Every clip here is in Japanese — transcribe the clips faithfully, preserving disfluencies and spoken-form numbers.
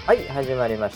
はい、始まりました。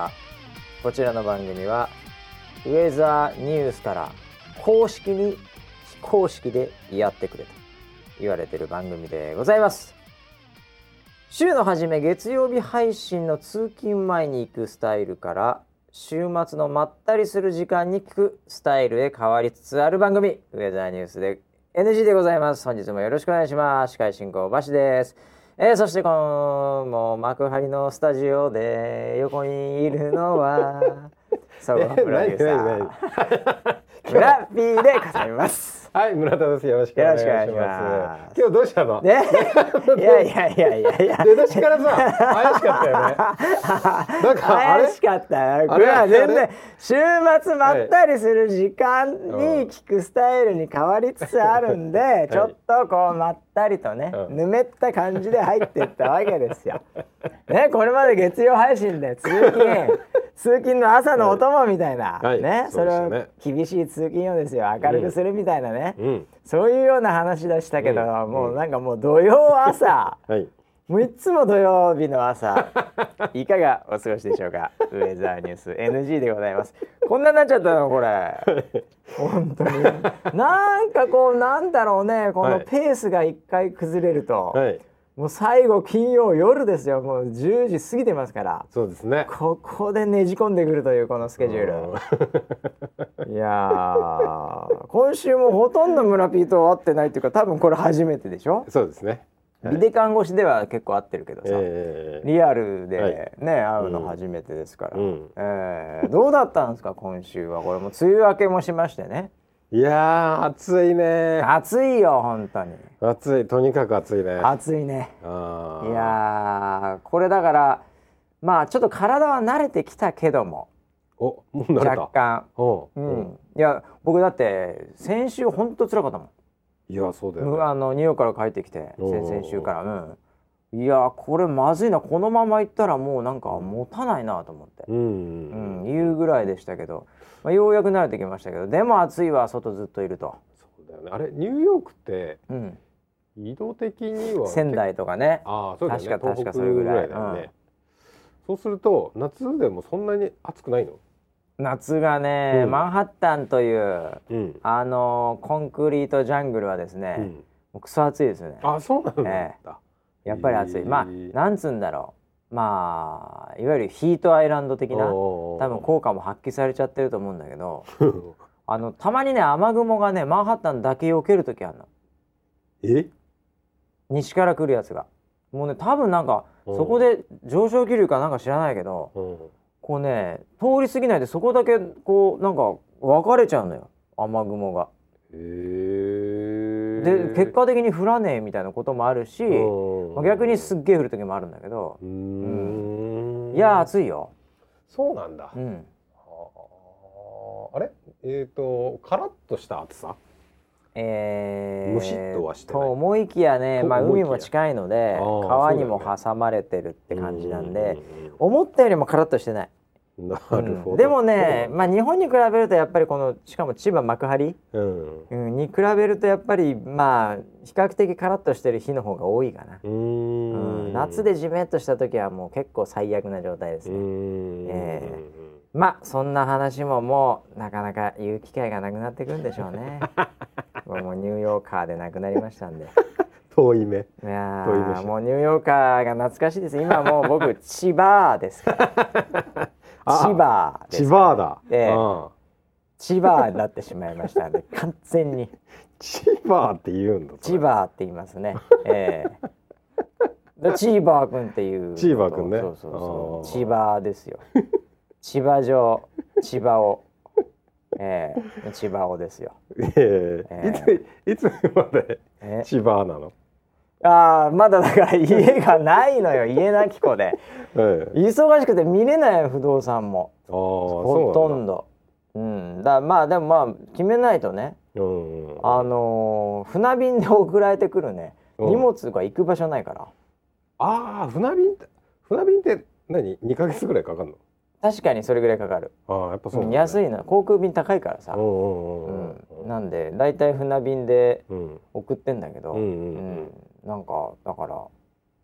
こちらの番組はウェザーニュースから公式に非公式でやってくれと言われている番組でございます。週の初め月曜日配信の通勤前に行くスタイルから週末のまったりする時間に聞くスタイルへ変わりつつある番組、ウェザーニュースで エヌジー でございます。本日もよろしくお願いします。司会進行バシです。えー、そしてこのもう幕張のスタジオで横にいるのは総合プロデューサー村 P でございます。 はい、村田です。よろしくお願いします。 ます今日どうしたの？ ね、いやいやいやいやいや。 出だしからさ、怪しかったよね。なんか怪しかったよ。これは全然週末まったりする時間に聞くスタイルに変わりつつあるんで、はい、ちょっとこうまったりとね、うん、ぬめった感じで入っていったわけですよ。ね、これまで月曜配信で通勤通勤の朝のお供みたいな、はい、ね、それを厳しい通勤をですよ、明るくするみたいなね、うん、そういうような話でしたけど、うん、もうなんかもう土曜朝、はい、もういつも土曜日の朝いかがお過ごしでしょうか。ウェザーニュース エヌジー でございます。こんなになっちゃったのこれ本当になんかこうなんだろうね、このペースが一回崩れると、はい、もう最後金曜夜ですよ。もうじゅうじ過ぎてますから。そうですね。ここでねじ込んでくるというこのスケジュール。いやー、今週もほとんど村ピーと会ってないっていうか、多分これ初めてでしょ。そうですね。ビデカン越しでは結構会ってるけどさ、えー、リアルでね、はい、会うの初めてですから、うんえー、どうだったんですか今週は。これも梅雨明けもしましてね。いやー暑いね。暑いよ本当に。暑い、とにかく暑いね。暑いね。あいやーこれだからまあちょっと体は慣れてきたけども、おもう慣れた若干、うん、うん、いや僕だって先週本当辛かったもん。いやそうだよね。あのニューヨークから帰ってきて先々週から、うん、いやこれまずいな、このままいったらもうなんか持たないなと思って、うんうんうん、いうぐらいでしたけど、まあ、ようやく慣れてきましたけど、でも暑いわ、外ずっといると。そうだよね。あれニューヨークって、うん、移動的には仙台とかね。あそうだよね。確か確かそれぐらいだよね、うん、そうすると夏でもそんなに暑くないの？夏がね、うん、マンハッタンという、うん、あのコンクリートジャングルはですね、うん、もうクソ暑いですね。あ、そうなんだ、えー、やっぱり暑い、えー、まあなんつうんだろう、まあいわゆるヒートアイランド的な多分効果も発揮されちゃってると思うんだけどあのたまにね雨雲がねマンハッタンだけ避けるときあるの。え？西から来るやつがもうね多分なんかそこで上昇気流かなんか知らないけど、こうね通り過ぎないでそこだけこうなんか分かれちゃうのよ、雨雲が。へー。で結果的に降らねえみたいなこともあるし、まあ、逆にすっげえ降る時もあるんだけど、うーん、うん、いや暑いよ。そうなんだ、うん、はあ、あれえっ、ー、とカラッとした暑さ、えー、ムシッとはしてないと思いきやね、まあ、海も近いので川にも挟まれてるって感じなんで、思ったよりもカラッとしてない。なるほど、うん、でもね、まあ、日本に比べるとやっぱりこのしかも千葉幕張、うんうん、に比べるとやっぱりまあ比較的カラッとしてる日の方が多いかな。うーん、うん、夏でジメッとした時はもう結構最悪な状態ですね。えー、まあそんな話ももうなかなか言う機会がなくなってくるんでしょうねもうニューヨーカーでなくなりましたんで遠い目。いや遠い目もうニューヨーカーが懐かしいです。今もう僕千葉ですから千葉です。千葉だ。えー、千葉になってしまいましたので完全に千葉って言うんだ。千葉って言いますね。えー、千葉くんっていう。千葉くんね。そうそうそう。千葉ですよ。千葉城千葉を、えー、千葉をですよ。えーえー、いついつまで千葉なの？ああまだだから家がないのよ家なき子で、ええ、忙しくて見れない不動産もほとんど。うん、だまあでもまあ決めないとね、うんうん、あのー、船便で送られてくるね、うん、荷物が行く場所ないから。ああ船便って船便って何にかげつぐらいかかるの？確かにそれぐらいかかる。あやっぱそうなんだね、安いの航空便高いからさ、なんでだいたい船便で送ってんだけど、うんうんうんうん、なんかだから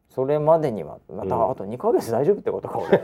それまでにはまたあとにかげつ大丈夫ってことか俺、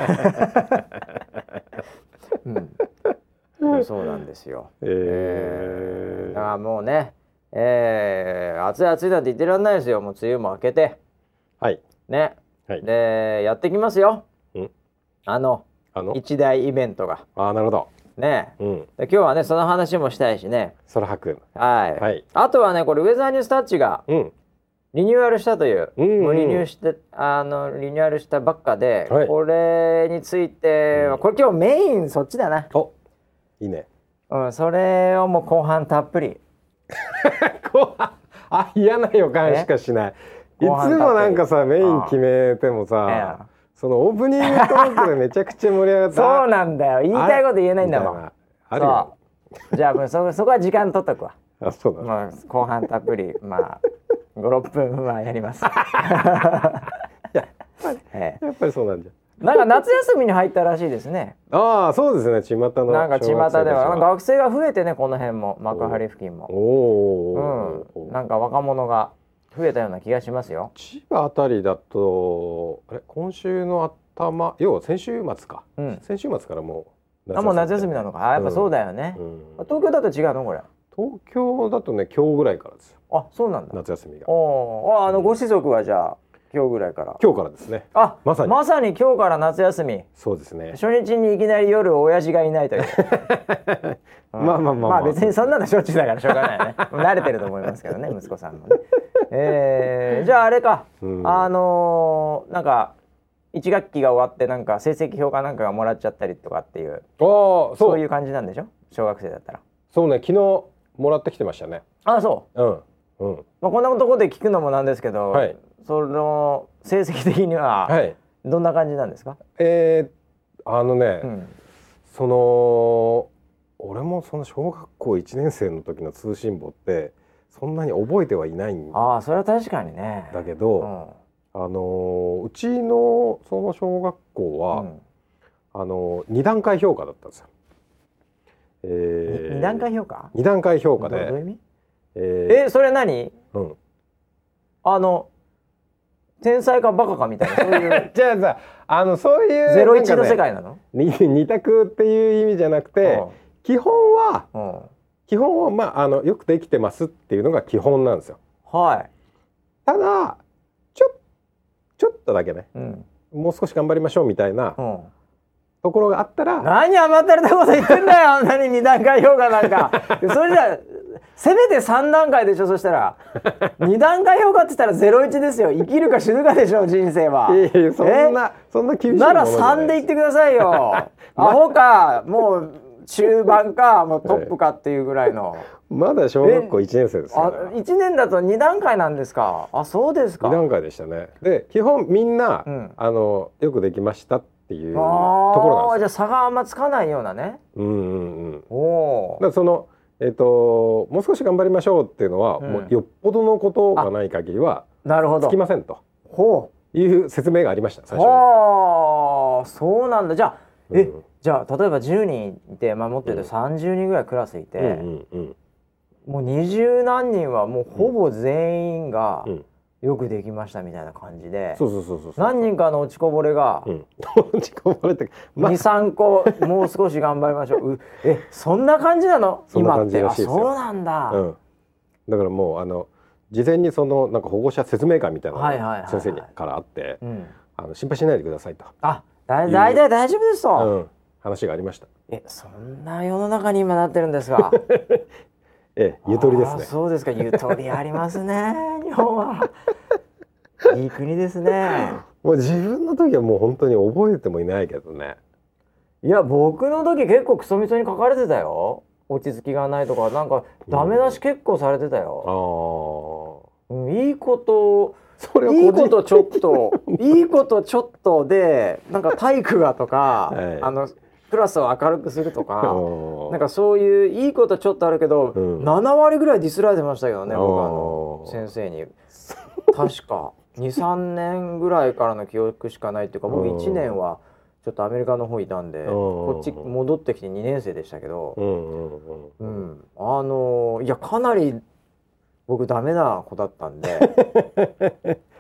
うん、そうなんですよ。えーえー、だからもうね、えー、暑い暑いだって言ってらんないですよ。もう梅雨も明けて、 はいね、 はい、 でやってきますよ。 んあのあの一大イベントが。 ああなるほどね、 うん、 で今日はねその話もしたいしね。 空白はい、 はい、 あとはねこれウェザーニュースタッチがリニューアルしたという、うん、もうリニューしてあのリニューアルしたばっかで、はい、これについて、うん、これ今日メインそっちだな。 おいいね、 うん、それをもう後半たっぷり後半あ嫌な予感しかしない。いつもなんかさメイン決めてもさ、そのオープニングトークでめちゃくちゃ盛り上がったそうなんだよ、言いたいこと言えないんだもん。あるよ。じゃあもう そ, そこは時間取っとくわ。 あそうだ、ね、 まあ、後半たっぷりまあご、ろっぷんはやります。 や, ええ、やっぱりそうなんじゃ。 なんか夏休みに入ったらしいですね。 ああそうですね、巷のなんか巷では学生が増えてね、この辺も幕張付近もおお、うん、なんか若者が増えたような気がしますよ。 千葉あたりだとあれ今週の頭、要は先週末か、うん、先週末からもう夏休み、あもう夏休みなのか。あやっぱそうだよね、うんうん、東京だと違うのこれ。 東京だとね今日ぐらいからですよ。 あそうなんだ、 夏休みが。 おああのご子息はじゃあ今日ぐらいから。 今日からですね。 あまさにまさに今日から夏休み。 そうですね。 初日にいきなり夜親父がいないという、 うん、まあまあまあまあ、 まあ別にそんなのしょっちゅうだからしょうがないよね。慣れてると思いますけどね息子さんもね。えー、じゃああれか、うん、あのー、なんかいち学期が終わってなんか成績表かなんかがもらっちゃったりとかっていう、あそう、そういう感じなんでしょ小学生だったら。 そうね、昨日もらってきてましたね。 あそう、 うんうん、 まあ、こんなところで聞くのもなんですけど、はい、その成績的にはどんな感じなんですか。はい、 えー、あのね、うん、その俺もその小学校いちねん生の時の通信簿ってそんなに覚えてはいないんだ。 ああそれは確かにね。 だけど、うん、あのうちのその小学校は、うん、あのに段階評価だったんですよ。 えー、に段階評価？ に段階評価で。 どういう意味？えー、えそれ何？うん、あの天才かバカかみたいなそういうじゃあさあのそういうゼロイチの世界なの？ に二択っていう意味じゃなくて、うん、基本は、うん、基本はまああのよくできてますっていうのが基本なんですよ。 はい。 ただちょちょっとだけね、うん、もう少し頑張りましょうみたいな。うん、ところがあったら何甘ったれたこと言ってんだよ何に段階評価なんかそれじゃせめてさん段階でしょ。そしたらに段階評価って言ったらゼロイチですよ。生きるか死ぬかでしょ人生は。 いやいやそんなそんな厳しいものじゃない。 ならさんで言ってくださいよアホかもう中盤かもうトップかっていうぐらいのまだ小学校いちねん生ですから。 あいちねんだとに段階なんですか。あそうですか。 に段階でしたね。で基本みんな、うん、あのよくできましたっていうところなんですよ。 じゃあ差があんまつかないようなね。 うんうんうん。おだからそのえっともう少し頑張りましょうっていうのは、うん、もうよっぽどのことがない限りはつきませんという説明がありました最初に。 はあそうなんだ。じゃあえ、うん、じゃあ例えばじゅうにんいて守っててさんじゅうにんぐらいクラスいて、うんうんうん、もうにじゅうなんにんはもうほぼ全員が、うんよくできましたみたいな感じで、そうそうそうそう何人かの落ちこぼれが、うん、落ちこぼれって、まあ、にさんこもう少し頑張りましょうえそんな感じなの今って。あそうなんだ、うん、 だからもうあの事前にそのなんか保護者説明会みたいなのが先生にからあって、あの心配しないでくださいと。 あだ大体大丈夫ですと、 うん、話がありました。 えそんな世の中に今なってるんですかええ、ゆとりですね。 そうですか、ゆとりありますね日本はいい国ですね。 もう自分の時はもう本当に覚えてもいないけどね。 いや僕の時結構クソみそに書かれてたよ。落ち着きがないとかなんかダメ出し結構されてたよ、うん、あいいことそれいいことちょっといいことちょっとでなんか体育がとか、はい、あのクラスを明るくするとかなんかそういういいことちょっとあるけど、うん、なな割ぐらいディスられてましたけどね僕あの先生に確かにさんねんぐらいからの記憶しかないっていうか僕いちねんはちょっとアメリカの方いたんでこっち戻ってきてにねん生でしたけど、うんうんうん、あのいやかなり僕ダメな子だったんで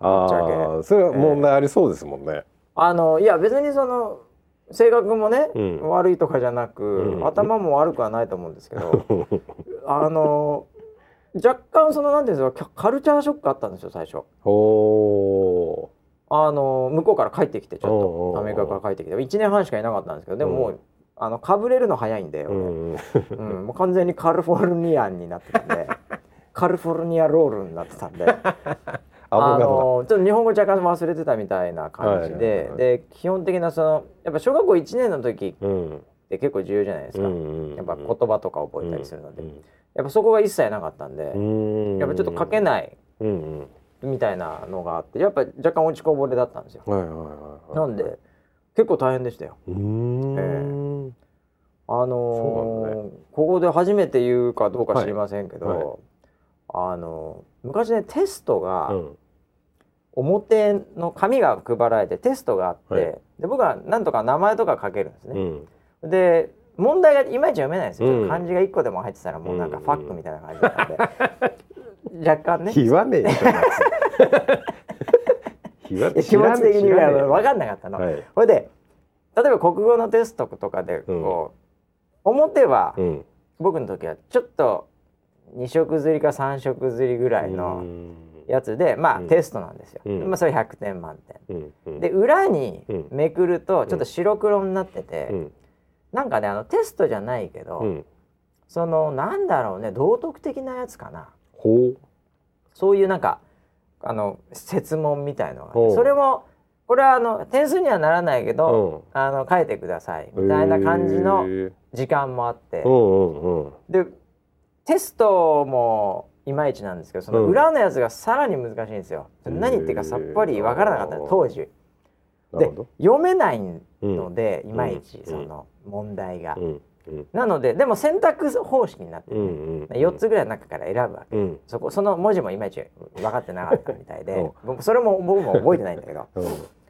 ああ、それは問題ありそうですもんね。えー、 あのいや別にその性格もね、うん、悪いとかじゃなく、うん、頭も悪くはないと思うんですけどあの若干そのなんていうんですか、カルチャーショックあったんですよ最初。おあの向こうから帰ってきて、ちょっとアメリカから帰ってきていちねんはんしかいなかったんですけど、でももう、うん、あのかぶれるの早いんで、俺、うんうん、もう完全にカリフォルニアンになってたんでカリフォルニアロールになってたんであのちょっと日本語若干忘れてたみたいな感じで、はいはいはい、で基本的なそのやっぱ小学校いちねんの時って結構重要じゃないですか、うん、やっぱ言葉とか覚えたりするので、うん、やっぱそこが一切なかったんで、うん、やっぱちょっと書けないみたいなのがあって、やっぱ若干落ちこぼれだったんですよ、はいはいはいはい、なんで結構大変でしたよ。うーん、えー、あのーね、ここで初めて言うかどうか知りませんけど、はいはい、あの昔ねテストが、うん、表の紙が配られてテストがあって、はい、で僕はなんとか名前とか書けるんですね、うん、で問題がいまいち読めないんですよ、うん、漢字がいっこでも入ってたらもうなんかファックみたいな感じだったんで、うん、若干ね言わねえよ気持ち的には分かんなかったの、はい、それで例えば国語のテストとかでこう、うん、表は、うん、僕の時はちょっとに色刷りかさん色刷りぐらいのやつで、まあ、うん、テストなんですよ、うん、まあ、それひゃくてん満点、うん、で裏にめくるとちょっと白黒になってて、うん、なんかねあのテストじゃないけど、うん、そのなんだろうね道徳的なやつかな、ほうそういうなんかあの設問みたいのがあって、それもこれはあの点数にはならないけど、うん、あの書いてくださいみたいな感じの時間もあって、でテストもいまいちなんですけど、その裏のやつがさらに難しいんですよ、うん、何言ってるかさっぱりわからなかった当時で、読めないので、うん、いまいちその問題が、うんうん、なのででも選択方式になってて、ね、うんうん、よっつぐらいの中から選ぶわけ、うん、そこその文字もいまいち分かってなかったみたいで僕それも僕も覚えてないんだけど、うん、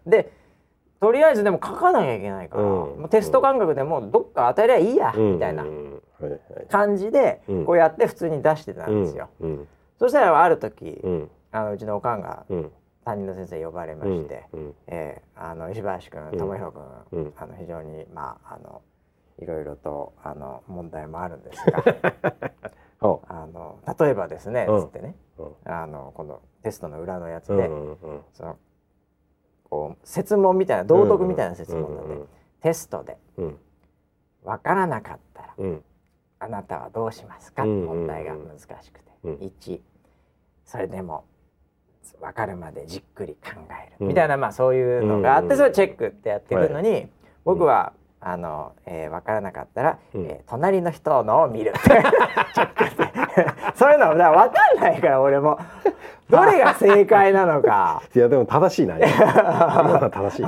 でとりあえずでも書かなきゃいけないから、うん、テスト感覚でもどっか当たりゃいいや、うん、みたいな感じでこうやって普通に出してたんですよ、うんうん、そしたらある時、うん、あのうちのおかんが担任の先生呼ばれまして、うんえー、あの石橋君智弘君、うん、あの非常にまああのいろいろとあの問題もあるんですがあの例えばですね、うん、つってね、うん、あのこのテストの裏のやつで、うんうんうん、そのこう設問みたいな道徳みたいな設問なんで、うんうんうん、テストで、うん、分からなかったら、うん、あなたはどうしますか、うんうんうん、問題が難しくて、うん、いちそれでも分かるまでじっくり考える、うん、みたいな、まあそういうのがあって、それをチェックってやってるのに、はい、僕は、うん、あの、えー、分からなかったら、うんえー、隣の人のを見るチェックってそういうのだから分かんないから俺もどれが正解なのかいやでも正しいな正しい、うん、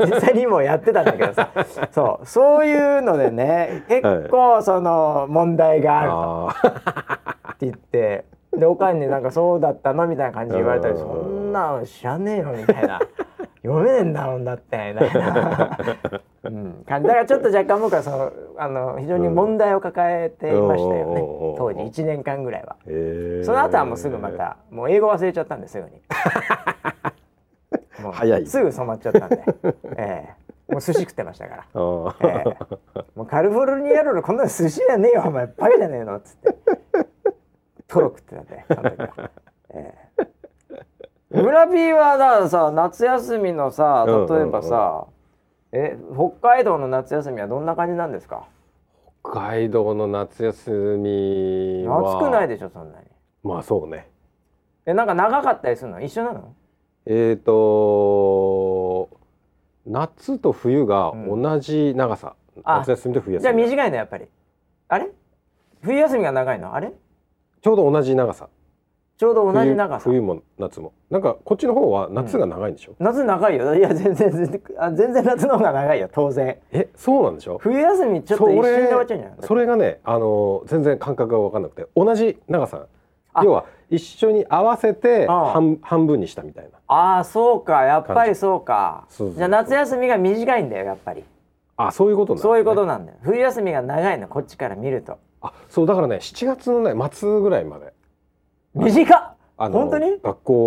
実際にもやってたんだけどさそうそういうのでね結構その問題があるとって言ってでおかんになんかそうだったのみたいな感じで言われたりそんなの知らねえよみたいな読めねえんだもんだってみたいな、うん、だからちょっと若干僕はそのあの非常に問題を抱えていましたよね、うん、当時いちねんかんぐらいは。その後はもうすぐまたもう英語忘れちゃったんですぐにもう早いすぐ染まっちゃったんで、えー、もう寿司食ってましたから、えー、もうカリフォルニアロールこんなの寿司じゃねえよお前バカじゃねえのっつってトロ食ってたんでその時は、えー、村 P はだからさ夏休みのさ例えばさ、うんうんうん、え北海道の夏休みはどんな感じなんですか？ 北海道の夏休みは暑くないでしょそんなに。 まあそうね。 えなんか長かったりするの一緒なの？ えーと夏と冬が同じ長さ、うん、夏休みと冬休み。 じゃあ短いのやっぱり。あれ？冬休みが長いの？あれ？ ちょうど同じ長さ。 ちょうど同じ長さ。 冬、冬も夏も。なんかこっちの方は夏が長いんでしょ？ うん、夏長いよ。いや全然全然あ全然夏の方が長いよ当然。 えそうなんでしょ？ 冬休みちょっと一瞬で終わっちゃうんじゃない？ それがねあの全然感覚が分かんなくて同じ長さ。要は一緒に合わせて半半分にしたみたいな。 ああそうかやっぱりそうか。そうそうそう。じゃあ夏休みが短いんだよやっぱり。 あそういうことなんだ、ね。 そういうことなんだよ。冬休みが長いのこっちから見ると。 あそうだからねしちがつのね末ぐらいまで。 短っ。本当に？ 学校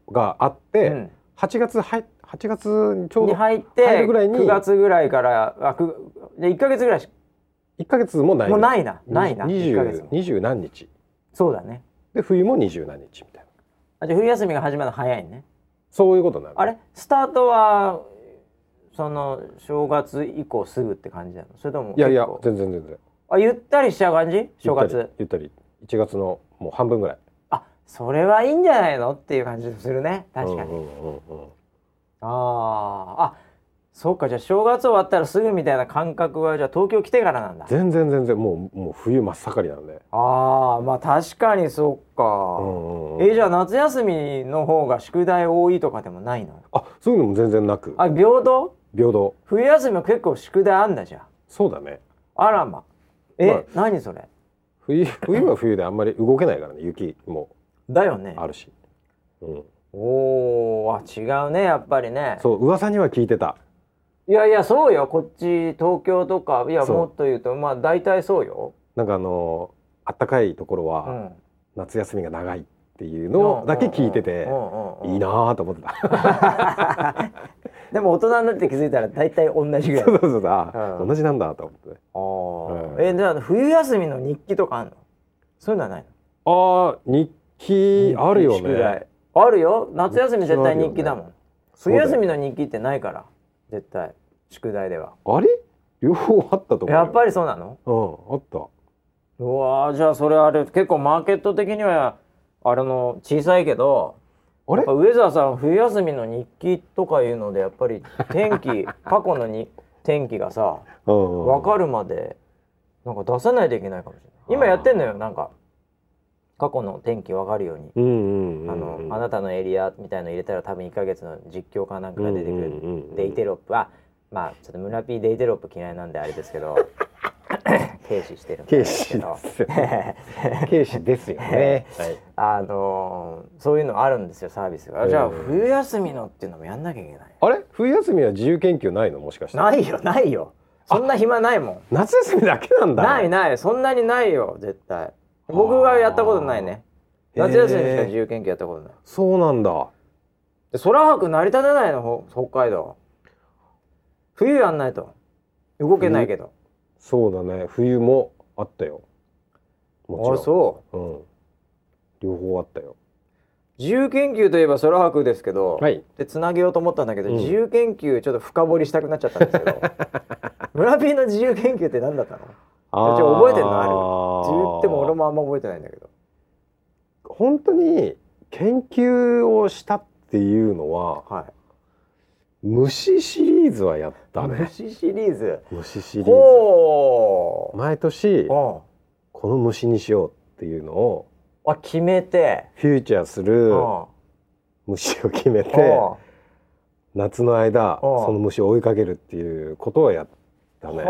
があって、うん、はちがつ入はちがつにちょうどに入って入るぐらいにくがつぐらいからあくでいっかげつぐらいしいっかげつもないもうないなないなにじゅう、にじゅう何日そうだねで冬もにじゅう何日みたいなあじゃあ冬休みが始まるの早いねそういうことなのあれスタートはその正月以降すぐって感じなのそれともいやいや全然全然あゆったりしちゃう感じ正月ゆったりいちがつのもう半分ぐらいあそれはいいんじゃないのっていう感じするね確かに、うんうんうんうん、ああそうかじゃあ正月終わったらすぐみたいな感覚はじゃあ東京来てからなんだ全然全然もうもう冬真っ盛りなんでああまあ確かにそうか、うんうん、えじゃあ夏休みの方が宿題多いとかでもないのあそういうのも全然なくあ平等平等冬休みは結構宿題あんだじゃんそうだねあらまえ、まあ、何それ冬冬は冬であんまり動けないからね雪もだよねあるし、うん、 おーあ違うねやっぱりねそう噂には聞いてたいやいやそうよこっち東京とかいやもっと言うとまあ大体そうよなんかあのあったかいところは、うん、夏休みが長いっていうのだけ聞いてていいなと思ってたでも大人になって気づいたら大体同じぐらいそうそうそうあ、うん、同じなんだと思って、ね、あ、うん、えじゃあ冬休みの日記とかあんのそういうのはないのあ日記あるよねあるよ夏休み絶対日記だもん、ね、冬休みの日記ってないから絶対宿題ではあれ両方あったと思うやっぱりそうなのうんあったうわじゃあそれあれ結構マーケット的にはあれの小さいけどあれやっぱ上澤さん冬休みの日記とかいうのでやっぱり天気過去のに天気がさ分かるまでなんか出さないといけないかもしれない今やってんのよなんか過去の天気分かるように、うんうんうんうん、あのあなたのエリアみたいの入れたら多分いっかげつの実況かなんかが出てくる、うんうんうんうん、デイテロップはまあちょっと村 P デイテロップ嫌いなんであれですけど軽視してるんですけど軽視ですよね、はい、 あのー、そういうのあるんですよサービスがじゃあ冬休みのっていうのもやんなきゃいけないあれ冬休みは自由研究ないのもしかしてないよないよそんな暇ないもん夏休みだけなんだないないそんなにないよ絶対僕がやったことないね夏休みしか自由研究やったことないそうなんだで空白成り立たないの北海道冬やんないと動けないけどそうだね冬もあったよもちろんあそう、うん、 両方あったよ自由研究といえば空白ですけど、はい、でつなげようと思ったんだけど、うん、自由研究ちょっと深掘りしたくなっちゃったんですけど村 P の自由研究って何だったのあちょ覚えてるのある言っても俺もあんま覚えてないんだけど本当に研究をしたっていうのは、はい、虫シリーズはやったね虫シリーズ虫シリーズ毎年この虫にしようっていうのをあ決めてフューチャーする虫を決めて夏の間その虫を追いかけるっていうことをやったね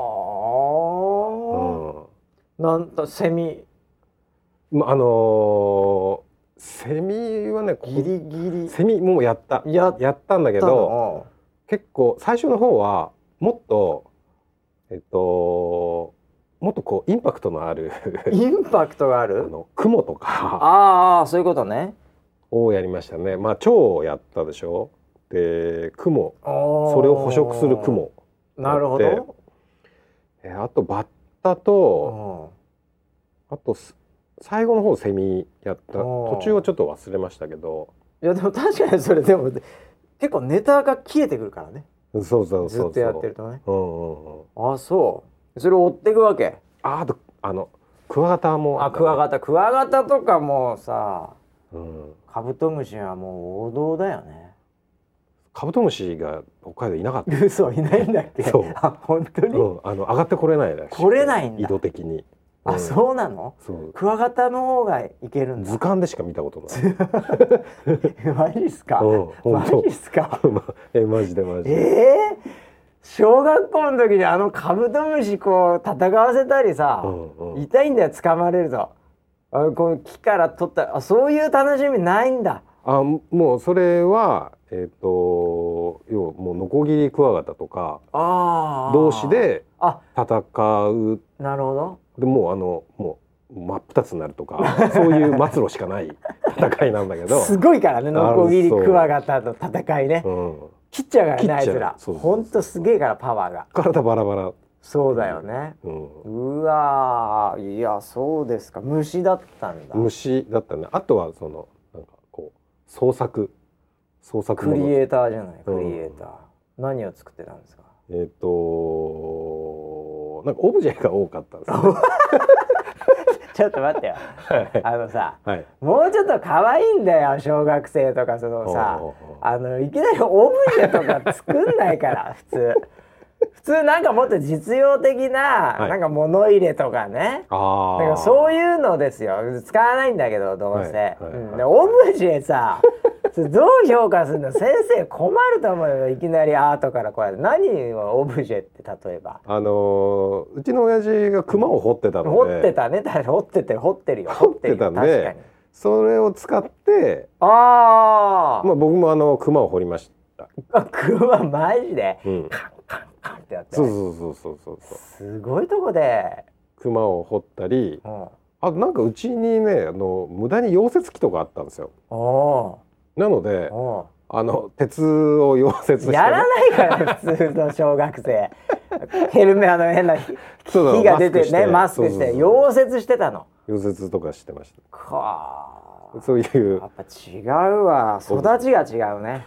はあ、うん、なんとセミあのー、セミはねギリギリセミもうやったや, やったんだけど結構最初の方はもっとえっともっとこうインパクトのあるインパクトがあるあの雲とかああそういうことねをやりましたねまあ蝶をやったでしょで雲それを捕食する雲なるほどえあとバッタとあと最後の方セミやった途中はちょっと忘れましたけどいやでも確かにそれでも結構ネタが消えてくるからねそうそうそうそうずっとやってるとね、 うんうんうん、 あそうそれを追っていくわけああとあのクワガタもあクワガタクワガタとかもさ、うん、カブトムシはもう王道だよねカブトムシが北海道いなかった嘘いないんだっけそうあ本当に、 うん、あの上がってこれないらしい来れないんだ緯度的にあ、うん、そうなのそうクワガタの方がいけるんだ図鑑でしか見たことないマジっすか、うん、マジっすかえマジでマジでえー小学校の時にあのカブトムシこう戦わせたりさ、うんうん、痛いんだよ掴まれるとあこう木から取ったあそういう楽しみないんだあもうそれはえっ、ー、と要はもうノコギリクワガタとか同士で戦うなるほどでもうあのもう真っ二つになるとかそういう末路しかない戦いなんだけどすごいからねノコギリクワガタの戦いね、うん、切っちゃうからねあいつらほんとすげえからパワーが体バラバラそうだよね、うん、うわいやそうですか虫だったんだ虫だったねあとはそのなんかこう創作創作クリエイターじゃないクリエイター、うん、何を作ってたんですかえっ、ー、となんかオブジェが多かったんですよちょっと待ってよ、はい、あのさ、はい、もうちょっと可愛いんだよ小学生とかそのさあのいきなりオブジェとか作んないから普通普通なんかもっと実用的な、はい、なんか物入れとかねあなんかそういうのですよ使わないんだけどどうせ、はいはいはいうん、でオブジェさどう評価するの先生困ると思うよいきなりアートからこれ何をオブジェって例えばあのー、うちの親父が熊を彫ってたので彫ってたね彫ってて彫ってるよ彫ってたんでそれを使ってああまあ僕もあの熊を彫りました熊マジで、うん、カンカンカンってやってそうそうそうそうそうすごいとこで熊を彫ったり、うん、あとなんかうちにねあの無駄に溶接機とかあったんですよああなのであの鉄を溶接して、ね、 やらないから普通の小学生ヘルメあの変な火が出てねマスクして溶接してたの溶接とかしてましたかそういうやっぱ違うわ育ちが違うね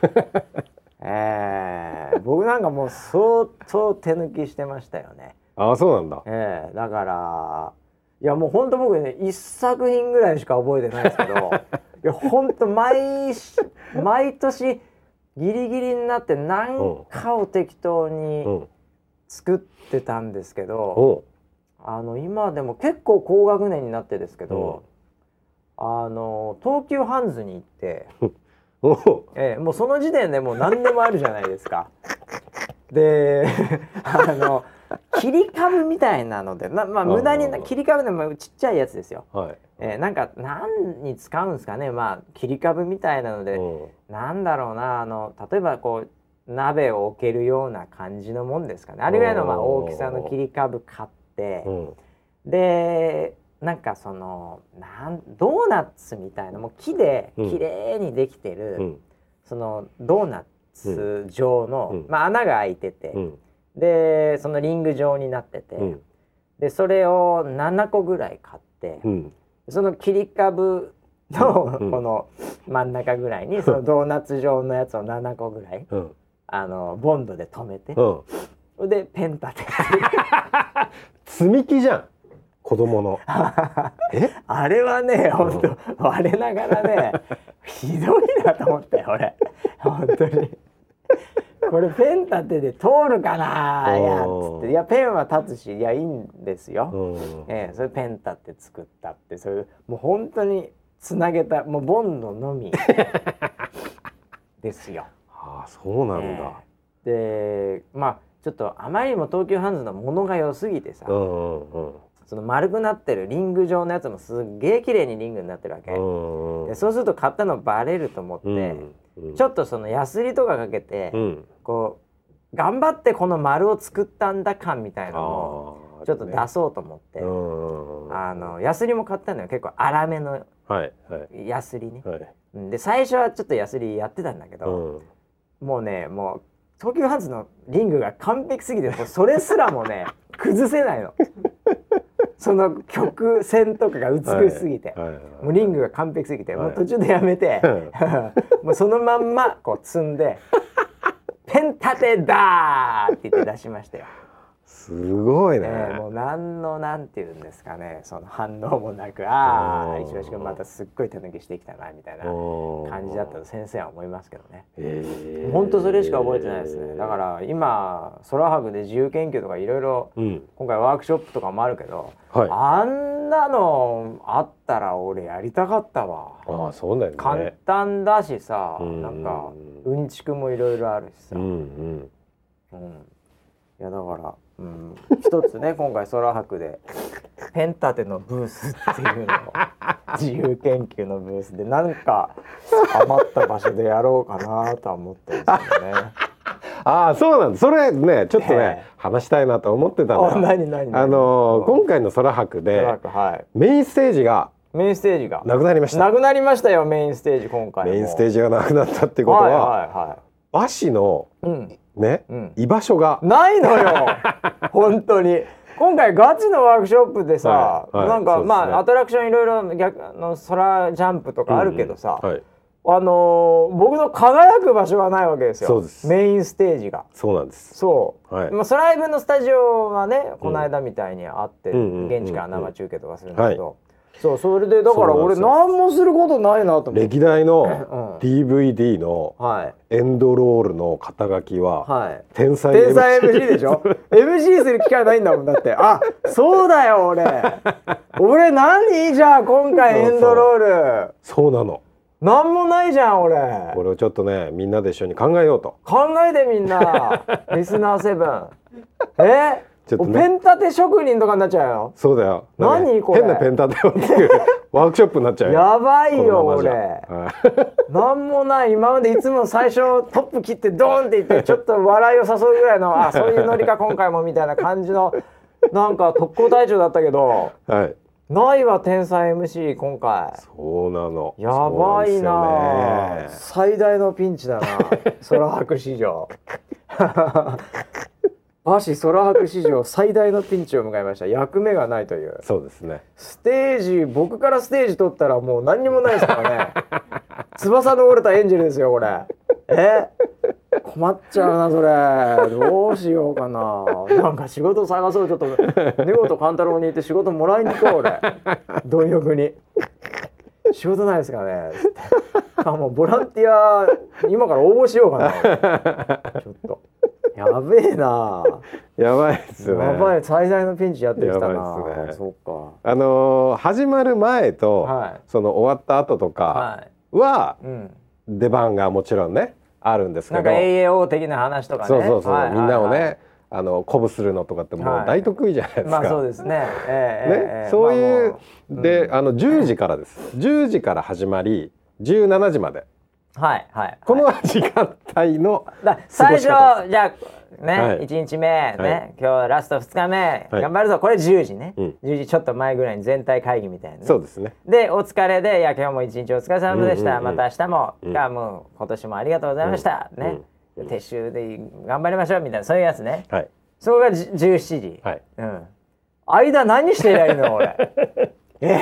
えー、僕なんかもう相当手抜きしてましたよねああそうなんだ、 えー、だからいやもうほんと僕ね一作品ぐらいしか覚えてないですけどいやほんと毎毎年ギリギリになって何かを適当に作ってたんですけど、うん、あの今でも結構高学年になってですけど、うん、あの東急ハンズに行ってえー、もうその時点でもう何でもあるじゃないですかであの切り株みたいなので、ままあ、無駄に切り株でもちっちゃいやつですよ、はいえー、なんか何に使うんですかね、まあ、切り株みたいなので、うん、なんだろうなあの例えばこう鍋を置けるような感じのもんですかねあれぐらいのまあ大きさの切り株買って、うん、でなんかそのなんドーナツみたいなもう木で綺麗にできてる、うん、そのドーナツ状の、うんまあ、穴が開いてて、うん、でそのリング状になってて、うん、でそれをななこぐらい買って、うん、その切り株のこの真ん中ぐらいにそのドーナツ状のやつをななこぐらい、うん、あのボンドで留めて、うん、でペン立て積み木じゃん子供のえあれはね本当、うん、我ながらねひどいなと思ったよ俺本当にこれペン立てで通るかないやつっていやペンは立つしいやいいんですよ、うんえー、それペン立て作ったってそれもう本当につなげたもうボンドのみですよ。 ああそうなんだ、 えー、でまあちょっとあまりにも東急ハンズのものが良すぎてさ、うんうんうんその丸くなってるリング状のやつもすっげえ綺麗にリングになってるわけ、うん、でそうすると買ったのバレると思って、うんうん、ちょっとそのヤスリとかかけて、うん、こう頑張ってこの丸を作ったんだ感みたいなのをちょっと出そうと思って、ね、あのヤスリも買ったのよ結構粗めのヤスリね、はいはい、で最初はちょっとヤスリやってたんだけど、うん、もうねもう東急ハンズのリングが完璧すぎてそれすらもね崩せないのその曲線とかが美しすぎて、はいはいはい、もうリングが完璧すぎて、はい、もう途中でやめて、はい、もうそのまんまこう積んでペン立てだーって言って出しましたよ。 すごいね、 えー、もう何のなんていうんですかねその反応もなくああ石橋君またすっごい手抜きしてきたなみたいな感じだったと先生は思いますけどね。本当それしか覚えてないですね。だから今空白で自由研究とかいろいろ今回ワークショップとかもあるけど、はい、あんなのあったら俺やりたかったわ。 ああそうだよね。 簡単だしさなんかうんちくもいろいろあるしさ、うんうんうん、いやだからうん、一つね今回空白でペン立てのブースっていうのを自由研究のブースでなんか余った場所でやろうかなとは思ってるんですよね。 ああそうなんだ。それねちょっとね話したいなと思ってたの。 何何あのー、今回の空白で、はい、メインステージがメインステージがなくなりました。 なくなりましたよメインステージ今回。 メインステージがなくなったってことは、はいはいはい、和紙の、うん、ね、うん、居場所がないのよ本当に。今回ガチのワークショップでさ、はいはい、なんか、ね、まあアトラクションいろいろ逆の空ジャンプとかあるけどさ、うんうんはい、あのー、僕の輝く場所がないわけですよ。そうです。メインステージが。 そうなんです。 そう。はい、まあソライブのスタジオはね、この間みたいにあって、うん、現地から生中継とかするんだけど。はいそうそれでだから俺何もすることないなと思って。 歴代の ディーブイディー のエンドロールの肩書きは、はい、天才 エムシー天才 エムシー でしょエムシー する機会ないんだもんだって。あそうだよ俺俺何じゃあ今回エンドロールそうなのなんもないじゃん俺。 これをちょっとねみんなで一緒に考えようと。 考えてみんなリスナーセブンえちょっとね、ペン立て職人とかになっちゃうよ。 そうだよ。 何これ変なペン立てをっていうワークショップになっちゃうよ。 やばいよ俺。なんもない。今までいつも最初トップ切ってドーンっていってちょっと笑いを誘うぐらいのあそういうノリか今回もみたいな感じのなんか特攻隊長だったけど、はい、ないわ天才 エムシー 今回。 そうなの。 やばいな。ね、最大のピンチだな。空白史上。和紙空白史上最大のピンチを迎えました。役目がないという。 そうですね。 ステージ僕からステージ取ったらもう何にもないですからね翼の折れたエンジェルですよこれ。え困っちゃうなそれ。どうしようかな。なんか仕事探そう。ちょっと根本勘太郎に行って仕事もらいに行こう俺。貪欲に仕事ないですかねあもうボランティア今から応募しようかなちょっとやべえな。 やばいですね。 やばい最大のピンチやってきたな。 やばいですね。 そうか。 あのー、始まる前と、はい、その終わった後とかは、はいうん、出番がもちろんねあるんですけど、 なんか エーエーオー 的な話とかね。 そうそうそう、はいはいはい、みんなをねあの鼓舞するのとかってもう大得意じゃないですか。 はい、まあそうですね。えー、ね、えー、そういう、まあ、で、うん、あのじゅうじからです。じゅうじから始まりじゅうしちじまで。 はいはい、はい、 この時間帯のだ最初じゃあね、はい、いちにちめね、はい、今日ラストふつかめ、はい、頑張るぞこれじゅうじね、うん、じゅうじちょっと前ぐらいに全体会議みたいな、ね、 そうですね。 でお疲れでいや今日も一日お疲れ様でした、うんうんうん、また明日も、うん、がもう今年もありがとうございました、うん、ね、うん、撤収で頑張りましょうみたいなそういうやつね、はい、そこがじゅうしちじ、はいうん、間何してりゃいいの俺え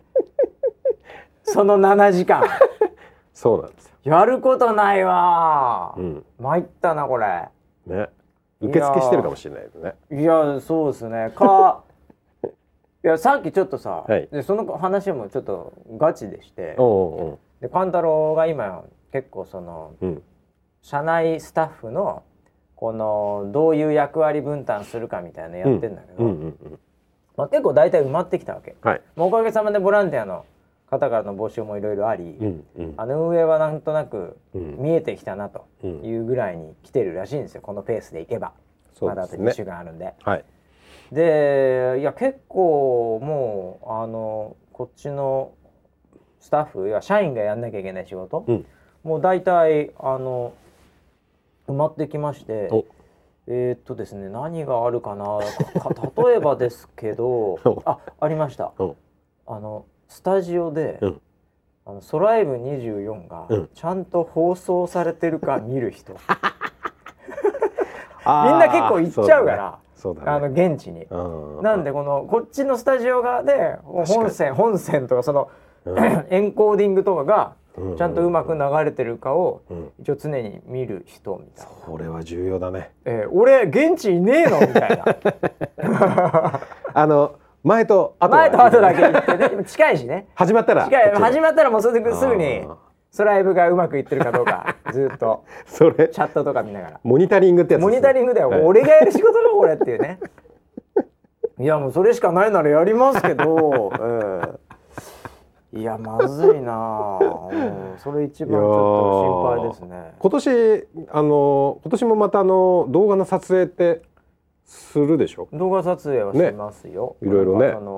そのななじかんそうなんですよ。 やることないわ、うん、参ったなこれね。受付してるかもしれないですね。 いやそうですねかいやさっきちょっとさ、はい、でその話もちょっとガチでしておうおうで勘太郎が今結構その、うん、社内スタッフのこのどういう役割分担するかみたいなのやってんだけど、うんうんうんうんまあ、結構大体埋まってきたわけ、はい、おかげさまでボランティアの方からの募集もいろいろあり、うんうん、あの運営はなんとなく見えてきたなというぐらいに来てるらしいんですよこのペースでいけば、うん、まだあとにしゅうかんあるんで、はい、でいや結構もうあのこっちのスタッフや社員がやんなきゃいけない仕事、うん、もう大体あの埋まってきましてえー、っとですね何があるかなか例えばですけどあありましたあのスタジオで、うん、あのソライブにじゅうよんがちゃんと放送されてるか見る人、うん、みんな結構行っちゃうからそうだね、あの現地になんでこのこっちのスタジオ側で本線本線とかその、うん、エンコーディングとかがちゃんとうまく流れてるかを一応常に見る人みたいな、 それは重要だね、 えー、俺現地いねえのみたいなあの前と後前と後だけ行ってね近いしね始まったら近い始まったらもうすぐすぐにソライブがうまくいってるかどうかずっとそれチャットとか見ながらモニタリングってやつですね。 モニタリングだよ、はい、俺がやる仕事だこれっていうねいやもうそれしかないならやりますけど、えー、いやまずいな、うん、それ一番ちょっと心配ですね。 今年あの今年もまたあの動画の撮影ってするでしょ。 動画撮影はしますよ、 ね、いろいろね。 あの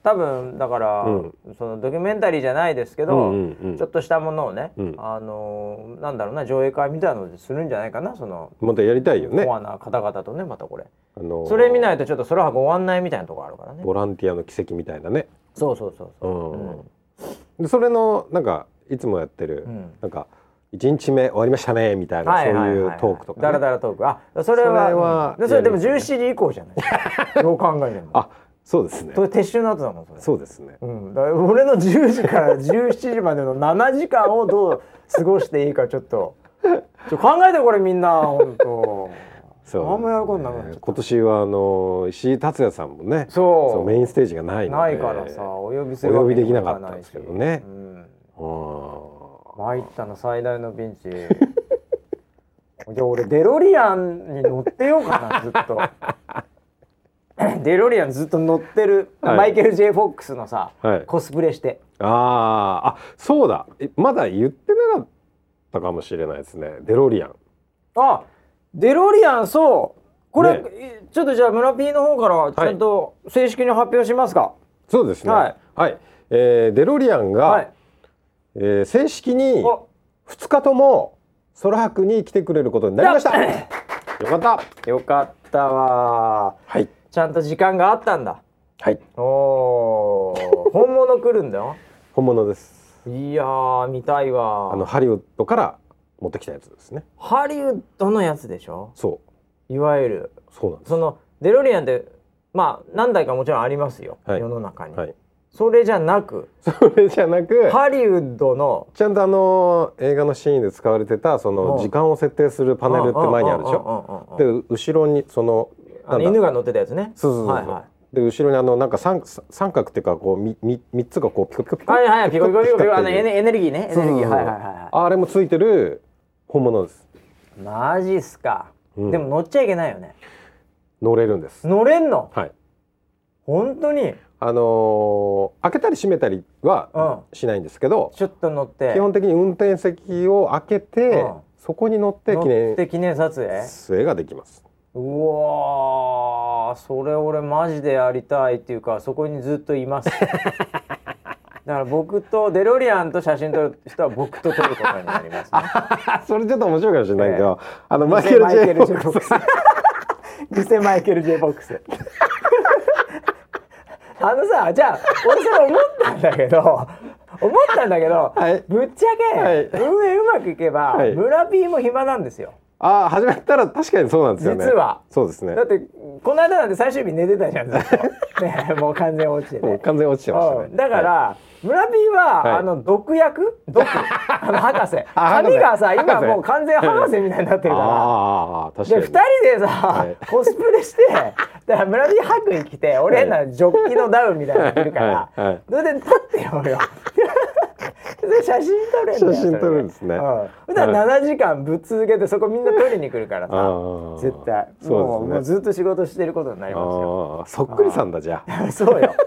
多分だから、うん、そのドキュメンタリーじゃないですけど、うんうんうん、ちょっとしたものをね、うん、あのなんだろうな上映会みたいなのでするんじゃないかなそのまたやりたいよねコアな方々とねまたこれ、あのー、それ見ないとちょっと空白ご案内みたいなところあるからねボランティアの奇跡みたいなねそうそうそうそう、 うんうん、でそれのなんかいつもやってる、うん、なんかいちにちめ終わりましたねみたいな、はいはいはいはい、そういうトークとか、ね、 だらだらトークあそれはそれは、うん、それでもじゅうしちじ以降じゃないどう考えてもあそうですね。 それ撤収の後だもんそれ。 そうですね。 うん、だから俺のじゅうじからじゅうしちじまでのななじかんをどう過ごしていいかちょっとちょ考えてこれみんな本当。そう、ね。あんま喜んなくなっちゃった。 今年はあの石井達也さんもね、そうそうメインステージがないので、 ないからさお呼びするお呼びできなかったんですけどね。うん。 参ったの最大のピンチ。じゃあ俺デロリアンに乗ってようかなずっと。デロリアンずっと乗ってる、はい、マイケル・ジェイ・フォックスのさ、はい、コスプレしてああそうだまだ言ってなかったかもしれないですねデロリアンあデロリアンそうこれ、ね、ちょっとじゃあ村 P の方からちゃんと正式に発表しますか、はい、 そうですねはい、はいえー、デロリアンが、はいえー、正式にふつかとも空白に来てくれることになりましたよかったよかったわはいちゃんと時間があったんだ。 はい。 おー本物来るんだよ。 本物です。 いやー見たいわ。 あのハリウッドから持ってきたやつですね。 ハリウッドのやつでしょ。 そう。 いわゆる。 そうなんです。 そのデロリアンってまあ何台かもちろんありますよ、はい、世の中に。はい。それじゃなく。 それじゃなく。 ハリウッドの。 ちゃんとあの映画のシーンで使われてたその時間を設定するパネルって前にあるでしょ。で後ろにその。 あの犬が乗ってたやつね。 そうそうそう。はいはい、で後ろにあのなんか三三角っていうかこうみみ三つがこうピコピコピコ。 はいはいピコピコピコピコあのエネエネルギーねエネルギーはいはいはい。 あれもついてる本物です。 マジっすか。うん、でも乗っちゃいけないよね。 乗れるんです。 乗れんの。 はい。 本当に。 あのー、開けたり閉めたりはしないんですけど、 うん、ちょっと乗って基本的に運転席を開けて、うん、そこに乗って記念乗って記念撮影撮影ができます。 うわーそれ俺マジでやりたいっていうかそこにずっといますだから僕とデロリアンと写真撮る人は僕と撮ることになりますねそれちょっと面白いかもしれないけど、えー、あのマイケル・ジェイ・フォックス偽マイケル・ジェイ・フォックスあのさじゃあ俺それ思ったんだけど思ったんだけど、はい、ぶっちゃけ、はい、運営うまくいけば、はい、村 P も暇なんですよ。 ああ始まったら確かにそうなんですよね。 実はそうですね。 だってこの間なんて最終日寝てたじゃんずっとねもう完全落ちてね。 もう完全落ちてましたね。 だから、はい、村 P は、はい、あの毒薬毒あの博士髪がさ今もう完全博士みたいになってるから。ああ確かに。でふたりでさ、はい、コスプレしてだから村 P 白衣着て俺変なジョッキのダウンみたいなの着るから、はいはい、それで立ってよ俺は。写真撮るんだよ。 写真撮るんですね。 普段ななじかんぶっ続けてそこみんな撮りに来るからさ絶対もう、もうずっと仕事してることになりますよ。 そっくりさんだじゃあ。 そうよ。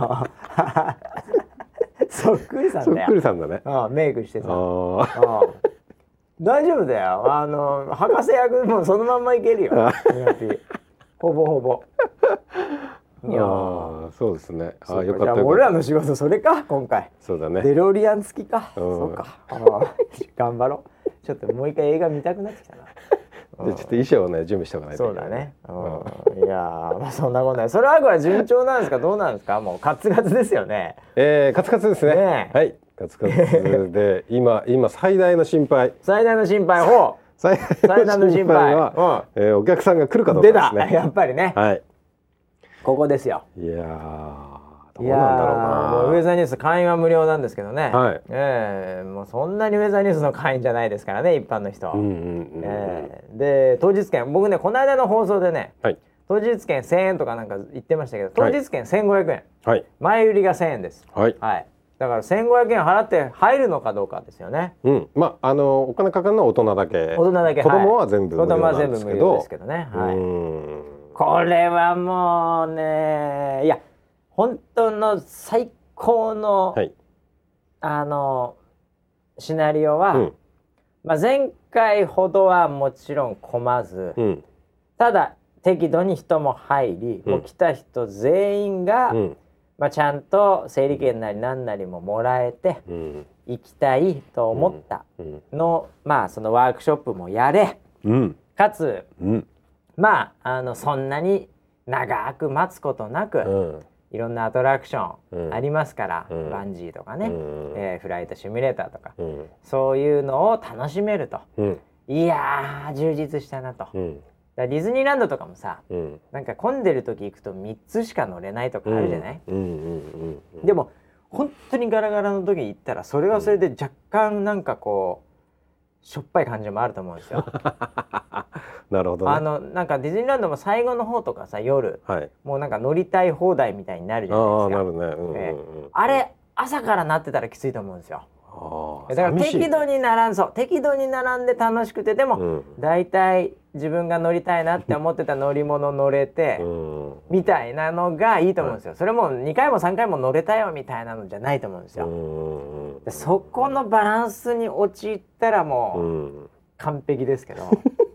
そっくりさんだよ。 そっくりさんだね。 ああメイクしてさ。ああ大丈夫だよ。あの博士役もそのまんまいけるよ。ほぼほぼ。 いやそうですね。あよかった。 じゃあ俺らの仕事それか今回。 そうだね。 デロリアン付きか。そうか。頑張ろう。ちょっともう一回映画見たくなってきたな。 じゃあちょっと衣装をね準備しておかないといけない。そうだね。いやまあそんなことない。それはは順調なんですかどうなんですかもうカツカツですよね。 えー、カツカツですね。はい。カツカツで今今最大の心配。 最大の心配ほう。最大の心配は、えー、お客さんが来るかどうかですね。 出たやっぱりね。 はい。 ここですよ。 いやーどうなんだろうな。 もうウェザーニュース会員は無料なんですけどね。はい。ええー、もうそんなにウェザーニュースの会員じゃないですからね一般の人。うんうんうん、えー、で当日券僕ねこの間の放送でね、はい、当日券せんえんとかなんか言ってましたけど当日券せんごひゃくえん、はい、前売りがせんえんです。はい。はい。だからせんごひゃくえん払って入るのかどうかですよね。 うん。まああのお金かかるのは大人だけ。 大人だけ。 子供は全部無料なんですけど。子供は全部無料ですけどね。はい。うんこれはもうねいや本当の最高の、はい、あのシナリオは、うんまあ、前回ほどはもちろん混まず、うん、ただ適度に人も入り、うん、もう来た人全員が、うん、 まあ、ちゃんと整理券なり何なりももらえて、うん、行きたいと思ったの、うん、まあそのワークショップもやれ、うん、かつ、うん、まああのそんなに長く待つことなく、うん、いろんなアトラクションありますから、うん、バンジーとかね、うん、えー、フライトシミュレーターとか、うん、そういうのを楽しめると、うん、いやー充実したなと、うん、だディズニーランドとかもさ、うん、なんか混んでる時行くとみっつしか乗れないとかあるじゃない、でも本当にガラガラの時に行ったらそれはそれで若干なんかこうしょっぱい感じもあると思うんですよ。 なるほどね。 あのなんかディズニーランドも最後の方とかさ夜、はい、もうなんか乗りたい放題みたいになるじゃないですか。あ、なるね、うんうんうん、えー、あれ朝からなってたらきついと思うんですよ。だから適度に並んそう適度に並んで楽しくてでも、うん、だいたい自分が乗りたいなって思ってた乗り物乗れて、うん、みたいなのがいいと思うんですよ、はい、それもにかいもさんかいも乗れたよみたいなのじゃないと思うんですよ、うん、でそこのバランスに陥ったらもう、うん、完璧ですけど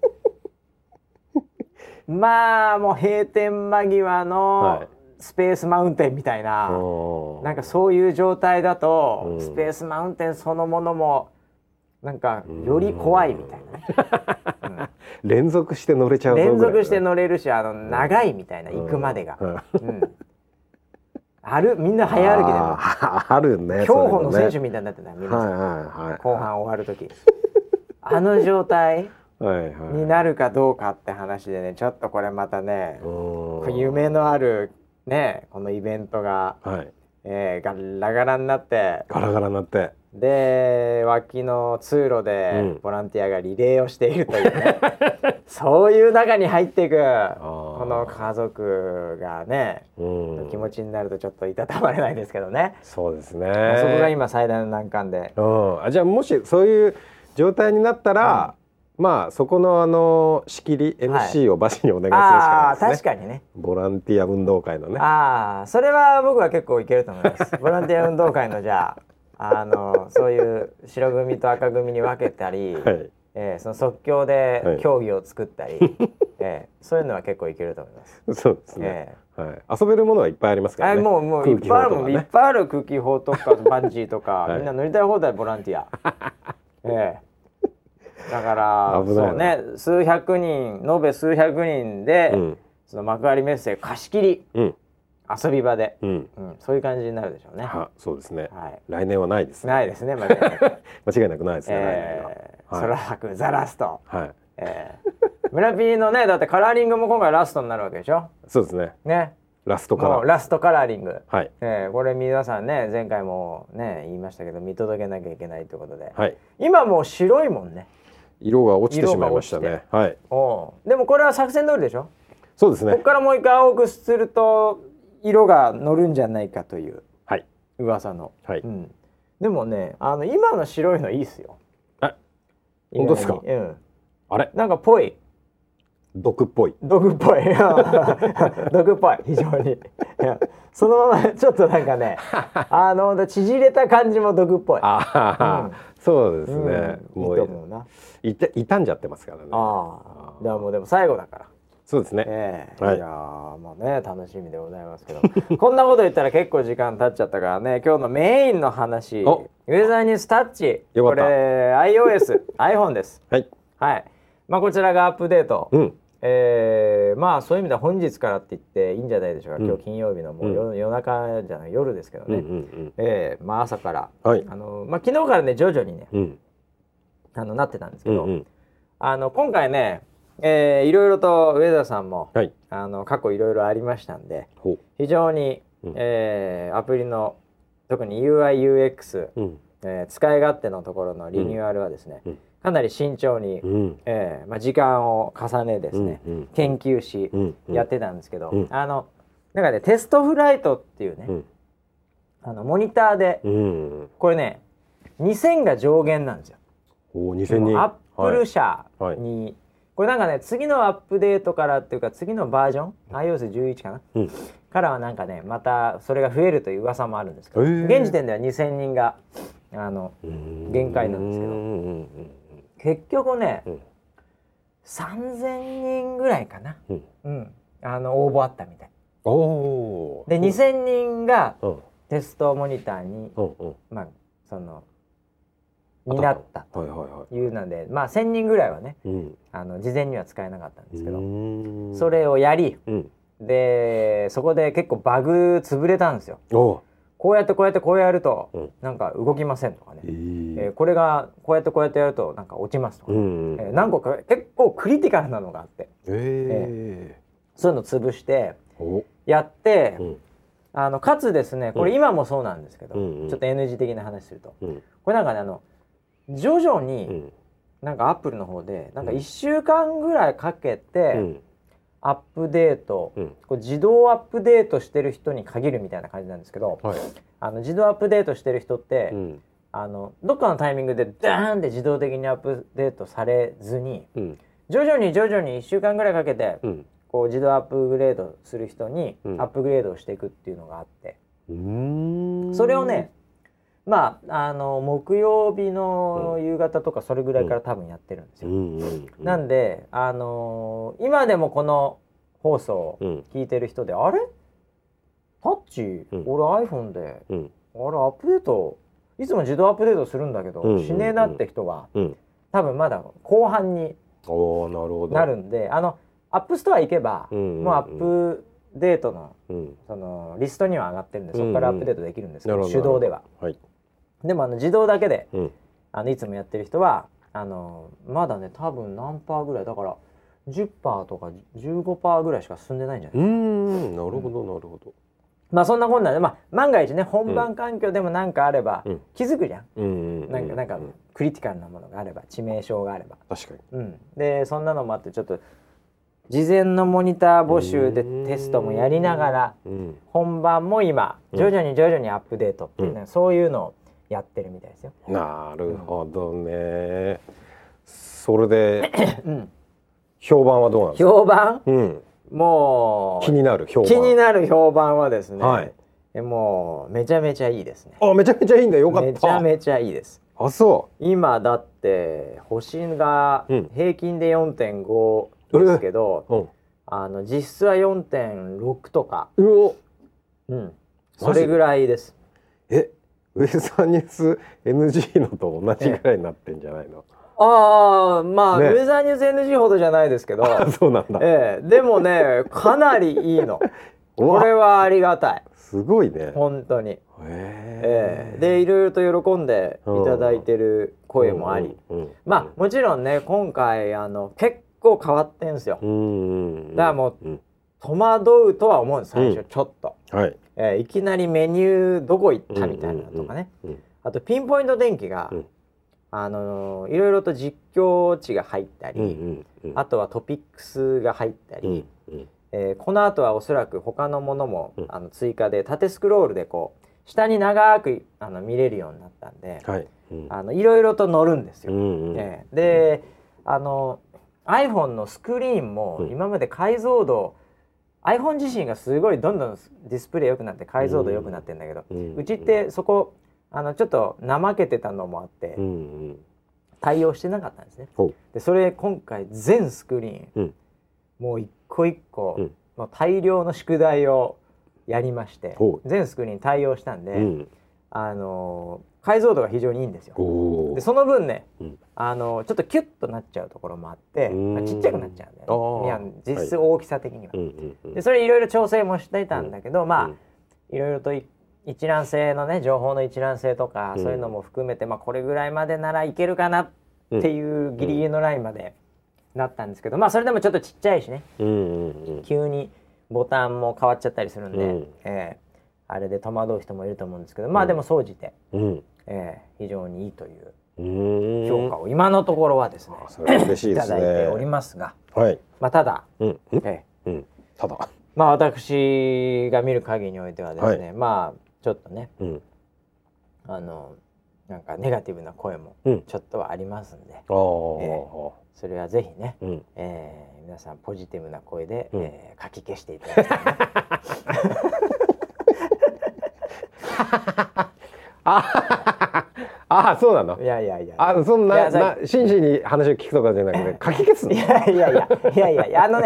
まあもう閉店間際の、はい、スペースマウンテンみたいな、なんかそういう状態だと、うん、スペースマウンテンそのものもなんかより怖いみたいなね、 うん、連続して乗れちゃうぞぐらい、ね、 連続して乗れるしあの長いみたいな、うん、行くまでが、うんうん、あるみんな早歩きでもあ, あるね競歩の選手みたいになってたみんな、はいはいはい、後半終わる時あの状態はいはい、になるかどうかって話でねちょっとこれまたね夢のあるねこのイベントが、はい、えー、ガラガラになってガラガラになってで脇の通路でボランティアがリレーをしているというね、うん、そういう中に入っていくこの家族がね、うん、気持ちになるとちょっといたたまれないですけどね。 そうですね、 まあ、そこが今最大の難関で、 うん、あじゃあもしそういう状態になったら、うんまあそこのあの仕切り エムシー をバシにお願いするしかないですね。 あ確かにね。 ボランティア運動会のね。 ああそれは僕は結構いけると思います。ボランティア運動会のじゃああのそういう白組と赤組に分けたり、はいえー、その即興で競技を作ったり、はいえー、そういうのは結構いけると思います。 そうですね。えーはい、遊べるものはいっぱいありますからね。 もうもういっぱいあるもん、ね、いっぱいある空気砲とかバンジーとか、はい、みんな乗りたい放題ボランティア。えーだからそうね数百人延べ数百人で、うん、その幕張メッセ貸し切り、うん、遊び場で、うんうん、そういう感じになるでしょうね。 はそうですね、はい、来年はないですね。 ないですね間違いなく間違いなくないですね、 えーはい、空白ザラスト、はいえー、村 P のねだってカラーリングも今回ラストになるわけでしょ。 そうですねねラストカラーラストカラーリング、はいえー、これ皆さんね前回もね言いましたけど見届けなきゃいけないということで、はい、今もう白いもんね。 色が落ちてしまいましたね。はい。 おでもこれは作戦通りでしょ。 そうですね。 ここからもう一回青くすると色が乗るんじゃないかという噂の。はい。うん、でもねあの今の白いのいいですよ。 え、本当ですか。うん。あれ。 なんかぽい。 毒っぽい。 毒っぽい。毒っぽい非常に。いやそのままちょっとなんかねあの縮れた感じも毒っぽい。 ああ、うん、そうですね。うん、もういいと思うな。いた傷んじゃってますからね。 ああ、でもでも最後だから。 そうですね。 えーはい、いやまあね楽しみでございますけど、こんなこと言ったら結構時間経っちゃったからね今日のメインの話。ウェザーニュースタッチこれ iOS アイフォン です。はいはい。まあこちらがアップデート。うん。えー、まあそういう意味では本日からって言っていいんじゃないでしょうか、うん、今日金曜日のもう 夜,、うん、夜中じゃない夜ですけどね、うんうんうんえーまあ、朝から、はいあのまあ、昨日からね徐々にね、うん、あのなってたんですけど、うんうん、あの今回ね、えー、いろいろと上田さんも、はい、あの過去いろいろありましたんで非常に、うんえー、アプリの特に ユーアイユーエックス、うんえー、使い勝手のところのリニューアルはですね、うんうんかなり慎重に、うんえーまあ、時間を重ねですね、うんうん、研究し、うんうん、やってたんですけど、うん、あのなんかねテストフライトっていうね、うん、あのモニターで、うん、これねにせんが上限なんですよ。 おにせんにんアップル社に、はいはい、これなんかね次のアップデートからっていうか次のバージョン アイオーエスじゅういち かな、うん、からはなんかねまたそれが増えるという噂もあるんですけど、現時点ではにせんにんがあの限界なんですけど結局ね、うん、さんぜんにんぐらいかな、うんうん、あの応募あったみたい。 おでにせんにんがテストモニターに、うんうん、まあそのになったというので、はいはいはい、まあせんにんぐらいはね、うん、あの事前には使えなかったんですけど、それをやり、うん、でそこで結構バグ潰れたんですよ。こうやってこうやってこうやると、うん、なんか動きませんとかね、えーえー、これがこうやってこうやってやるとなんか落ちますとか、うんうん、えー、何個か結構クリティカルなのがあって、えーえー、そういうの潰してやって、うん、あのかつですねこれ今もそうなんですけど、うんうん、ちょっと エヌジー 的な話すると、うん、これなんかねあの徐々に、うん、なんかアップルの方でなんかいっしゅうかんぐらいかけて、うん、アップデート、うん、これ自動アップデートしてる人に限るみたいな感じなんですけど、はい、あの自動アップデートしてる人って、うん、あのどっかのタイミングでダーンって自動的にアップデートされずに、うん、徐々に徐々にいっしゅうかんぐらいかけて、うん、こう自動アップグレードする人にアップグレードをしていくっていうのがあって、うん、それをねまあ、あの木曜日の夕方とかそれぐらいから多分やってるんですよ、うんうんうんうん、なんで、あのー、今でもこの放送を聞いてる人で、うん、あれタッチ、うん、俺 iPhone で、うん、あれアップデートいつも自動アップデートするんだけど、うんうんうん、しねえなって人は、うん、多分まだ後半になるんで、あのアップストア行けば、うんうんうん、もうアップデート の,、うん、そのリストには上がってるんで、そこからアップデートできるんですけど、うんうん、手動では、はい、でもあの自動だけで、うん、あのいつもやってる人はあのまだね多分何パーぐらいだから じゅっパーセント とか じゅうごパーセント ぐらいしか進んでないんじゃないかな。うーん、なるほどなるほど。まあそんなこんなで、まあ、万が一ね本番環境でも何かあれば、うん、気づくじゃん、うん、なんかなんかクリティカルなものがあれば致命傷があれば確かに、 うん、でそんなのもあってちょっと事前のモニター募集でテストもやりながら、うん、本番も今徐々に徐々にアップデートっていうね、うん、そういうのをやってるみたいですよ。 なるほどね、うん、それで、うん、評判はどうなんですか？ 評判、うん、もう気になる評判気になる評判はですね、はい、もうめちゃめちゃいいですね。 あ、めちゃめちゃいいんだ、よかった。 めちゃめちゃいいです。 あ、そう。 今だって星が平均で よんてんご ですけど、うん、あの実質は よんてんろく とか、うお、うん、それぐらいです。 え、ウェザーニュース エヌジー のと同じぐらいになってんじゃないの？ ああ、まあ、ね、ウェザーニュース エヌジー ほどじゃないですけどそうなんだ、 ええ、でもねかなりいいのこれはありがたい。 すごいね本当に。ええ、でいろいろと喜んでいただいてる声もあり、うんうんうん、まあもちろんね今回あの結構変わってんすよ、うんうんうん、だからもう、うん、戸惑うとは思うんです最初ちょっと、うんはいえー、いきなりメニューどこ行ったみたいなのとかね、うんうんうん、あとピンポイント電気が、うんあのー、いろいろと実況値が入ったり、うんうんうん、あとはトピックスが入ったり、うんうんえー、この後はおそらく他のものも、うん、あの追加で縦スクロールでこう下に長くあの見れるようになったんで、はいうん、あのいろいろと乗るんですよ、うんうんえー、で、うん、あの iPhone のスクリーンも今まで解像度、うん、iPhone 自身がすごいどんどんディスプレイ良くなって解像度良くなってるんだけど、うん、うちってそこあのちょっと怠けてたのもあって、うんうん、対応してなかったんですね。でそれ今回全スクリーン、うん、もう一個一個、うん、もう大量の宿題をやりまして全スクリーン対応したんで、うん、あの解像度が非常にいいんですよ。でその分ね、うん、あのちょっとキュッとなっちゃうところもあって、まあ、ちっちゃくなっちゃうんだよね。いや実質大きさ的には、はい、でそれいろいろ調整もしていたんだけど、うん、まあいろいろと一覧性のね情報の一覧性とか、うん、そういうのも含めて、まあ、これぐらいまでならいけるかなっていうギリギリのラインまでなったんですけど、まあそれでもちょっとちっちゃいしね、うんうんうん、急にボタンも変わっちゃったりするんで、うんえー、あれで戸惑う人もいると思うんですけど、まあでも総じて、うんえー、非常にいいという評価を今のところはですね、 それ嬉しいですね、 いただいておりますが、 はいまあ、ただ、 うんえーうん、ただまあ私が見る限りにおいてはですね、はい、まあちょっとね、うん、あのなんかネガティブな声もちょっとはありますんで、うんえー、それはぜひね、うんえー、皆さんポジティブな声で、うんえー、書き消していただきたいなああそうなの。 いやいやいやあそんなな真摯に話を聞くとかじゃなくて書き消すの。 いやいやいやいやいやいやあのね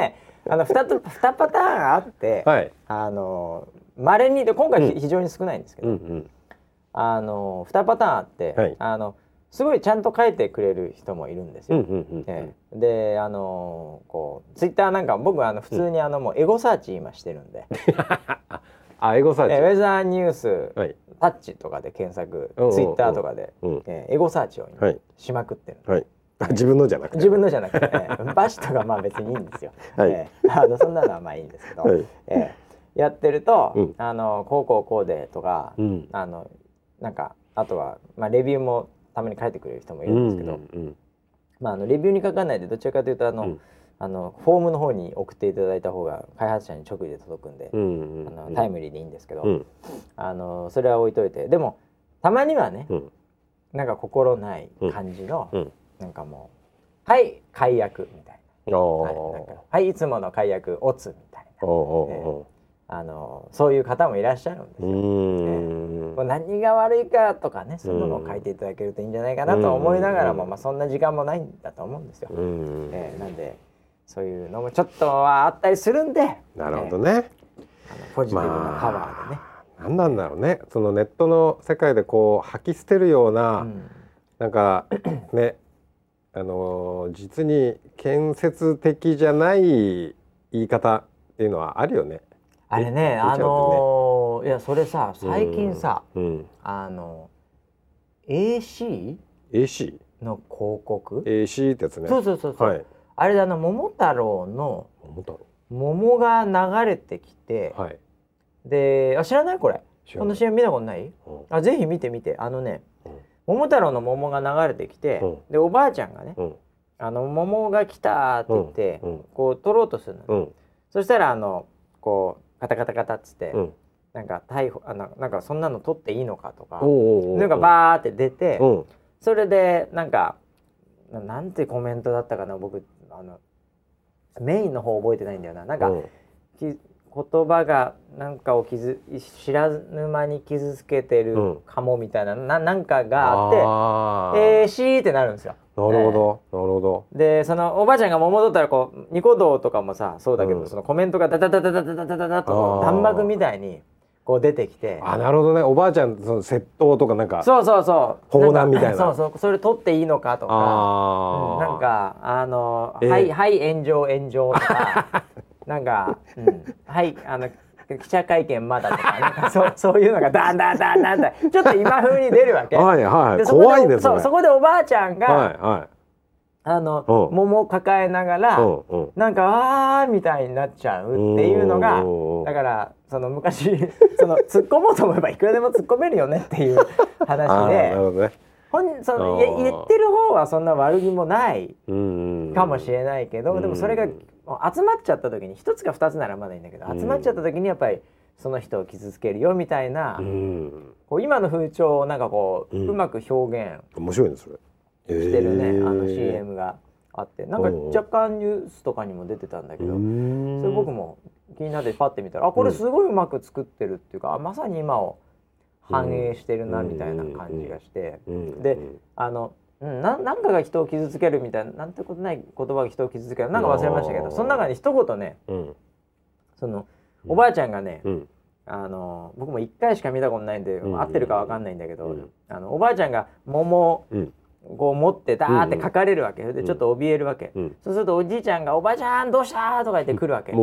あの 2, 2パターンあって、はい、あの稀にで今回非常に少ないんですけど、うんうん、あのにパターンあって、はい、あのすごいちゃんと書いてくれる人もいるんですよ。で、あのこうツイッターなんか僕はあの普通にあの、うん、もうエゴサーチ今してるんであエゴサーチ、 えウェザーニュース、はい、タッチとかで検索、ツイッターとかで、うん、えエゴサーチを今、はい、しまくってる、はい、 自分のじゃなくて自分のじゃなくて、えー、バシとかまあ別にいいんですよ、はい、えー、あのそんなのはまあいいんですけど、はい、えー、やってると、うん、あのこうこうこうでとか、うん、あのなんかあとは、まあ、レビューもたまに書いてくれる人もいるんですけど、うんうんうん、まあ、あのレビューに書かないでどちらかというとあの、うん、あのフォームの方に送っていただいた方が開発者に直で届くんで、うんうんうん、あのタイムリーでいいんですけど、うん、あのそれは置いといて、でもたまにはね、うん、なんか心ない感じの、うん、なんかもうはい解約みたいな、はい、なんかはいいつもの解約オツみたいな、おあのそういう方もいらっしゃるんですよ。えー、何が悪いかとかね、そういうのも書いていただけるといいんじゃないかなと思いながらも、まあ、そんな時間もないんだと思うんですよ。えー、なんでそういうのもちょっとはあったりするんで、 なるほどね、えー、あのポジティブなパワーでね、 まあ、何なんだろうね、そのネットの世界でこう吐き捨てるような、うん、なんかねあのー、実に建設的じゃない言い方っていうのはあるよね。 あれね、あのー、いやそれさ最近さ、うんうん、あの エーシー? エーシー の広告エーシー ってやつね。 そうそうそうそう、はい、あれであの桃太郎の桃が流れてきて、はい、であ知らないこれこの シーエム 見たことない、うん、あぜひ見てみて、あのね、うん、桃太郎の桃が流れてきて、うん、でおばあちゃんがね、うん、あの桃が来たって言って、うん、こう取ろうとするの、うん、そしたらあのこうカタカタカタっつって、うん、なんか逮捕あのなんかそんなの取っていいのかとかなんかバーって出て、うん、それでなんかなんてコメントだったかな、僕あのメインの方覚えてないんだよな、なんか、うん、言葉がなんかを傷知らぬ間に傷つけてるかもみたいな、うん、な, なんかがあってえーしーってなるんですよ。 なるほど、えー、なるほど。 でそのおばあちゃんが桃取ったらこうニコ動とかもさそうだけど、うん、そのコメントがダダダダダダダダダダと弾幕みたいにこう出てきて、 あなるほどね、おばあちゃんその窃盗とかなんかそうそうそう盗難みたいなそうそうそれ取っていいのかとか、あ、うん、なんかあの、えー、はいはい炎上炎上とかなんか、うん、はいあの記者会見まだとか、なんかそうそういうのがだんだんだんだんだんちょっと今風に出るわけ。 はいはい。怖いですね。 そうそこでおばあちゃんが、はいはい、あの、うん、桃を抱えながら、うんうん、なんかあーみたいになっちゃうっていうのが、だからその昔その突っ込もうと思えばいくらでも突っ込めるよねっていう話で。なるほどね。本その言ってる方はそんな悪気もないかもしれないけど、でもそれが集まっちゃった時に一つか二つならまだいいんだけど、集まっちゃった時にやっぱりその人を傷つけるよみたいな、こう今の風潮をなんかこう、うん、うまく表現面白いねそれしてるね、えー、あの シーエム があって、なんか若干ニュースとかにも出てたんだけど、それ僕も気になってパッて見たら、あこれすごいうまく作ってるっていうか、まさに今を反映してるなみたいな感じがして、であの、うん、な, なんかが人を傷つけるみたいな、なんてことない言葉が人を傷つけるなんか忘れましたけど、その中に一言ね、うん、そのおばあちゃんがね、うん、あの僕もいっかいしか見たことないんで、うん、合ってるかわかんないんだけど、うん、あのおばあちゃんが桃を、うんこう持ってダーって書かれるわけ、うん、でちょっと怯えるわけ、うん、そうするとおじいちゃんが「おばあちゃんどうした?」とか言ってくるわけ、うん、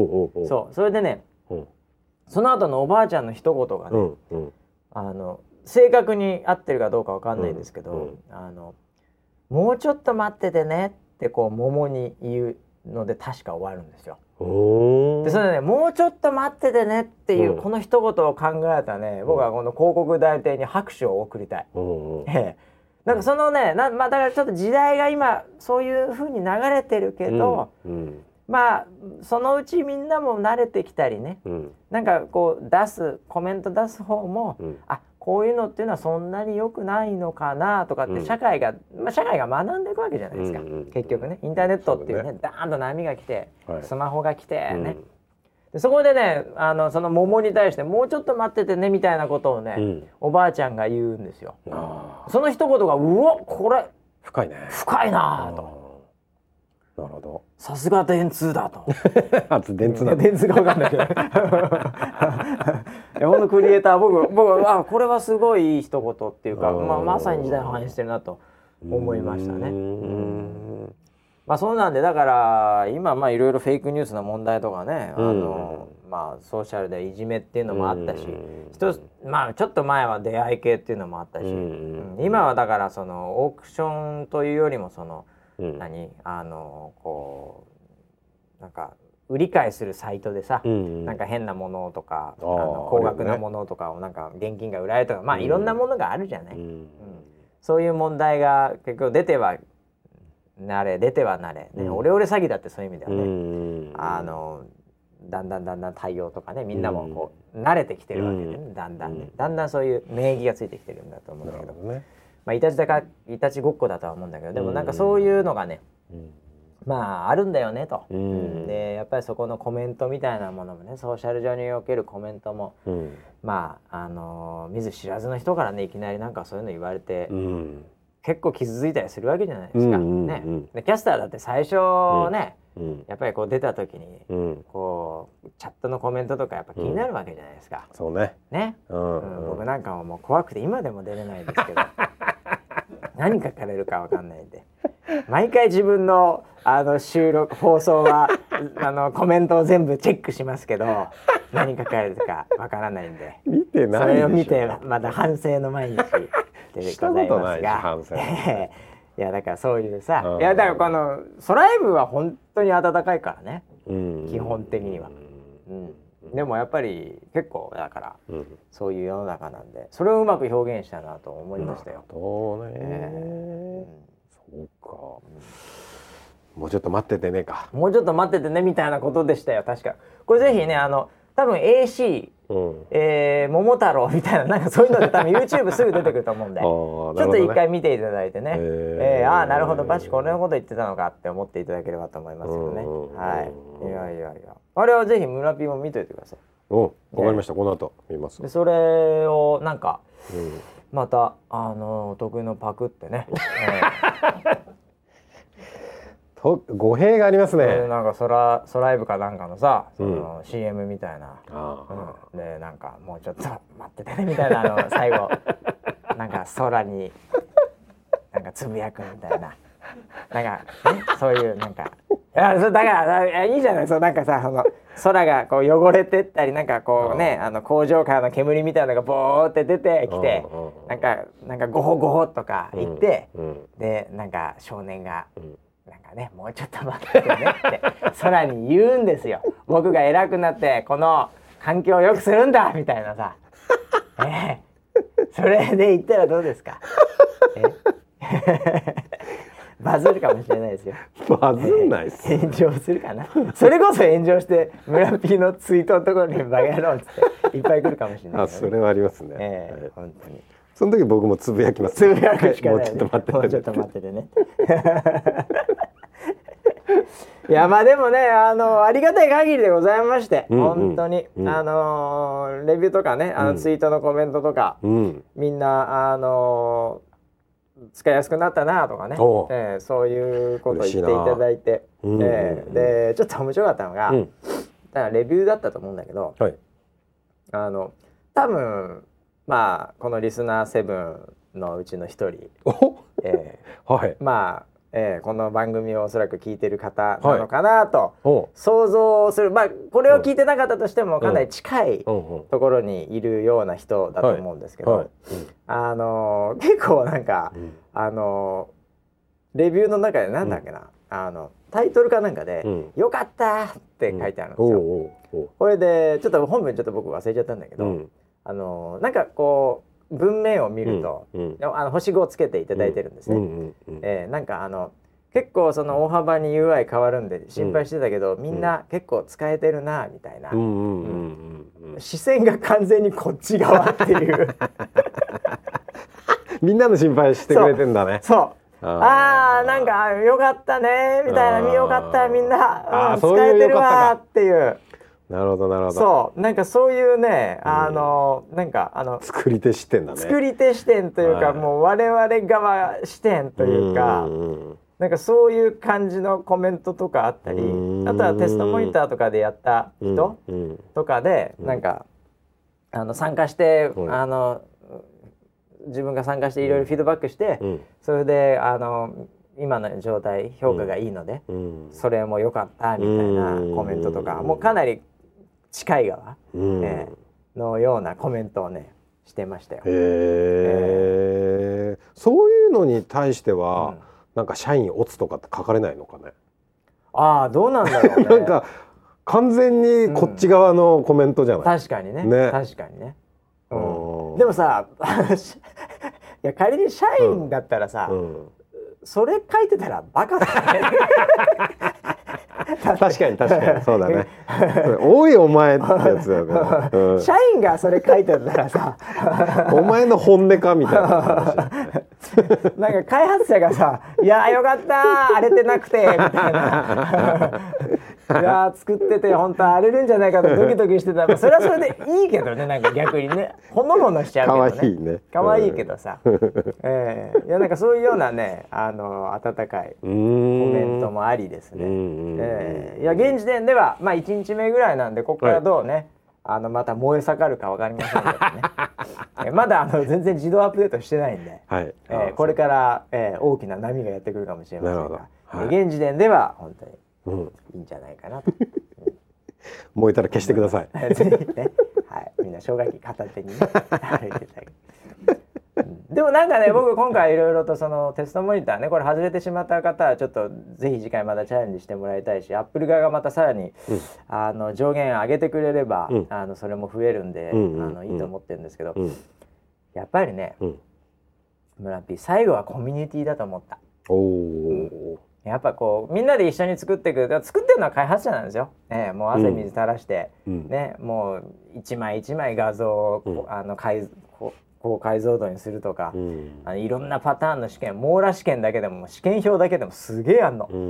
そうそれでね、うん、その後のおばあちゃんの一言がね、うん、あの正確に合ってるかどうかわかんないんですけど、うん、あのもうちょっと待っててねってこう桃に言うので確か終わるんですよ。でそれでねもうちょっと待っててねっていう、この一言を考えたね、僕はこの広告代理店に拍手を送りたい。ええなんかそのねな、まあ、だからちょっと時代が今そういう風に流れてるけど、うんうん、まあそのうちみんなも慣れてきたりね、うん、なんかこう出すコメント出す方も、うん、あこういうのっていうのはそんなに良くないのかなとかって社会が、うんまあ、社会が学んでいくわけじゃないですか、うんうん、結局ねインターネットっていうね、ダーンと波が来て、はい、スマホが来てね、うんでそこでねあのその桃に対してもうちょっと待っててねみたいなことをね、うん、おばあちゃんが言うんですよ。その一言がうわこれ深いね深いなと。 なるほど。 さすが電通だと。 初電通だ。 電通が分かんないけど。日本のクリエイター僕僕あこれはすごいいい一言っていうか、まあ、まさに時代を反映してるなと思いましたね。うん、まあそうなんでだから今まあいろいろフェイクニュースの問題とかね、あのまあソーシャルでいじめっていうのもあったし、一つまあちょっと前は出会い系っていうのもあったし、うん今はだからそのオークションというよりもその、うん、何あのこうなんか売り買いするサイトでさ、うんうん、なんか変なものとかあの高額なものとかをなんか現金が売られるとか、まあいろんなものがあるじゃない、うんうん、そういう問題が結構出てはなれ出てはなれ、ねうん、オレオレ詐欺だってそういう意味ではね、うん、あのだんだんだんだん対応とかねみんなもこう、うん、慣れてきてるわけでね、うん、だんだんね、うん、だんだんそういう免疫がついてきてるんだと思うんだけど、ね、まあいたちだかいたちごっこだとは思うんだけどでもなんかそういうのがね、うんまああるんだよねと、うん、でやっぱりそこのコメントみたいなものもねソーシャル上におけるコメントも、うん、まああのー、見ず知らずの人からねいきなりなんかそういうの言われて、うん、結構傷ついたりするわけじゃないですか、うんうんうんね、でキャスターだって最初ね、うん、やっぱりこう出た時に、うん、こうチャットのコメントとかやっぱ気になるわけじゃないですか、 うん、そうねね、うんうん、僕なんかはもう怖くて今でも出れないですけど何書かれるか分かんないんで毎回自分のあの収録放送はあのコメントを全部チェックしますけど何書かれるかわからないんで見てないでしょ。 それを見てまた反省の毎日でございますがいやだからそういうさ、うん、いやだからこのソライブは本当に温かいからね、うん、基本的には、うんうん、でもやっぱり結構だから、うん、そういう世の中なんでそれをうまく表現したなと思いましたよ。 そうね、えー、そうか、もうちょっと待っててねかもうちょっと待っててねみたいなことでしたよ確か。これぜひねあの多分 エーシー、うんえー、桃太郎みたいななんかそういうので多分 YouTube すぐ出てくると思うんでちょっと一回見ていただいてね、えーえー、ああなるほどバシこれのこと言ってたのかって思っていただければと思いますよね。はいいやいやいやあれはぜひ村ピーも見といてください。 うんわかりました、この後見ます。 でそれをなんか、うん、またあの得意のパクってね、えーと語弊がありますね。 なんかソラソライブかなんかのさ、その、うん、シーエム みたいな、うん、でなんかもうちょっと待っててねみたいなあの最後なんか空になんかつぶやくみたいななんか、ね、そういうなんかいやだからいいじゃないそうなんかさその空がこう汚れてったりなんかこうねあの工場からの煙みたいなのがボーって出てきてなんかなんかゴホゴホとか言って、うんうん、でなんか少年が、うんなんかねもうちょっと待っててねって空に言うんですよ。僕が偉くなってこの環境を良くするんだみたいなさ、えー、それで言ったらどうですか。バズるかもしれないですよ。 バズんないっす、 えー、炎上するかな。それこそ炎上して村ピーのツイートのところにバカ野郎っつっていっぱい来るかもしれない、ね、 あそれはありますね、 えーはい、本当にその時僕もつぶやきます、 ね、つぶやくしかない、ね、 もうちょっと待っててねもうちょっと待っててねいやまあでもねあのありがたい限りでございまして、うんうん、本当に、うん、あのレビューとかねあのツイートのコメントとか、うん、みんなあの使いやすくなったなとかね、えー、そういうことを言っていただいて、うん、えー、でちょっと面白かったのが、うん、だからレビューだったと思うんだけど、はい、あの多分まあこのリスナーセブンのうちの一人、えーはい、まあえー、この番組をおそらく聞いてる方なのかなと想像する、はい、まあこれを聞いてなかったとしてもかなり近いところにいるような人だと思うんですけど、はいはい、あのー、結構なんか、うん、あのー、レビューの中でなんだっけな、うん、あのタイトルかなんかで、うん、よかったって書いてあるんですよ、うん、おうおうこれでちょっと本文ちょっと僕忘れちゃったんだけど、うん、あのー、なんかこう文面を見ると、うんうん、あの星ごをつけていただいてるんですね、うんうんうん、えー、なんかあの結構その大幅に ユーアイ 変わるんで心配してたけど、うん、みんな結構使えてるなみたいな、うんうんうんうん、視線が完全にこっち側っていうみんなの心配してくれてんだね。 そうああなんかよかったねみたいなよかったみんな、うん、使えてるわっていう。 なるほどなるほど。 そうなんかそういうねあの、うん、なんかあの作り手視点だね。 作り手視点というか、はい、もう我々側視点というか、うんなんかそういう感じのコメントとかあったり、あとはテストモニターとかでやった人とかで、うんうん、なんかあの参加して、うん、あの自分が参加していろいろフィードバックして、うん、それであの今の状態評価がいいので、うん、それも良かったみたいなコメントとか、もうかなり近い側、うんえー、のようなコメントをねしてましたよ。へえー、そういうのに対しては、うん、なんか社員オツとかって書かれないのかね。 ああどうなんだろうね。 なんか完全にこっち側のコメントじゃない。 うん、確かにね。ね確かにね。うん、でもさいや仮に社員だったらさ、うんうん、それ書いてたらバカだね。 確かに確かにそうだね。おいお前ってやつだよね、 うん、社員がそれ書いてたらさお前の本音かみたいな話なんか開発者がさいやよかった荒れてなくてみたいないや作ってて本当荒れるんじゃないかとドキドキしてたらそれはそれでいいけどね、なんか逆にねほのぼのしちゃうけどね。 かわいいね。 かわいいけどさ、うんえー、いやなんかそういうようなねあの温かいコメントもありですね。えー、いや現時点ではまあいちにちめぐらいなんでここからどうね、はい、あのまた燃え盛るか分かりませんけどねえまだあの全然自動アップデートしてないんで、はいえー、これから、えー、大きな波がやってくるかもしれませんが、はい、現時点では本当にうん、いいんじゃないかなと、うん、 燃えたら消してください。 ぜひね、はい、みんな生姜機片手にね歩いてたり、うん、でもなんかね僕今回いろいろとそのテストモニターねこれ外れてしまった方はちょっとぜひ次回またチャレンジしてもらいたいし、アップル側がまたさらに、うん、あの上限上げてくれれば、うん、あのそれも増えるんで、うんうん、あのいいと思ってるんですけど、うん、やっぱりね、うん、村P最後はコミュニティだと思った。おー、うんやっぱこうみんなで一緒に作っていく作ってるのは開発者なんですよ、ね、もう汗水垂らして、うんね、もう一枚一枚画像を、うん、あの解高解像度にするとか、うん、あのいろんなパターンの試験網羅試験だけでも試験票だけでもすげえあんの、うん、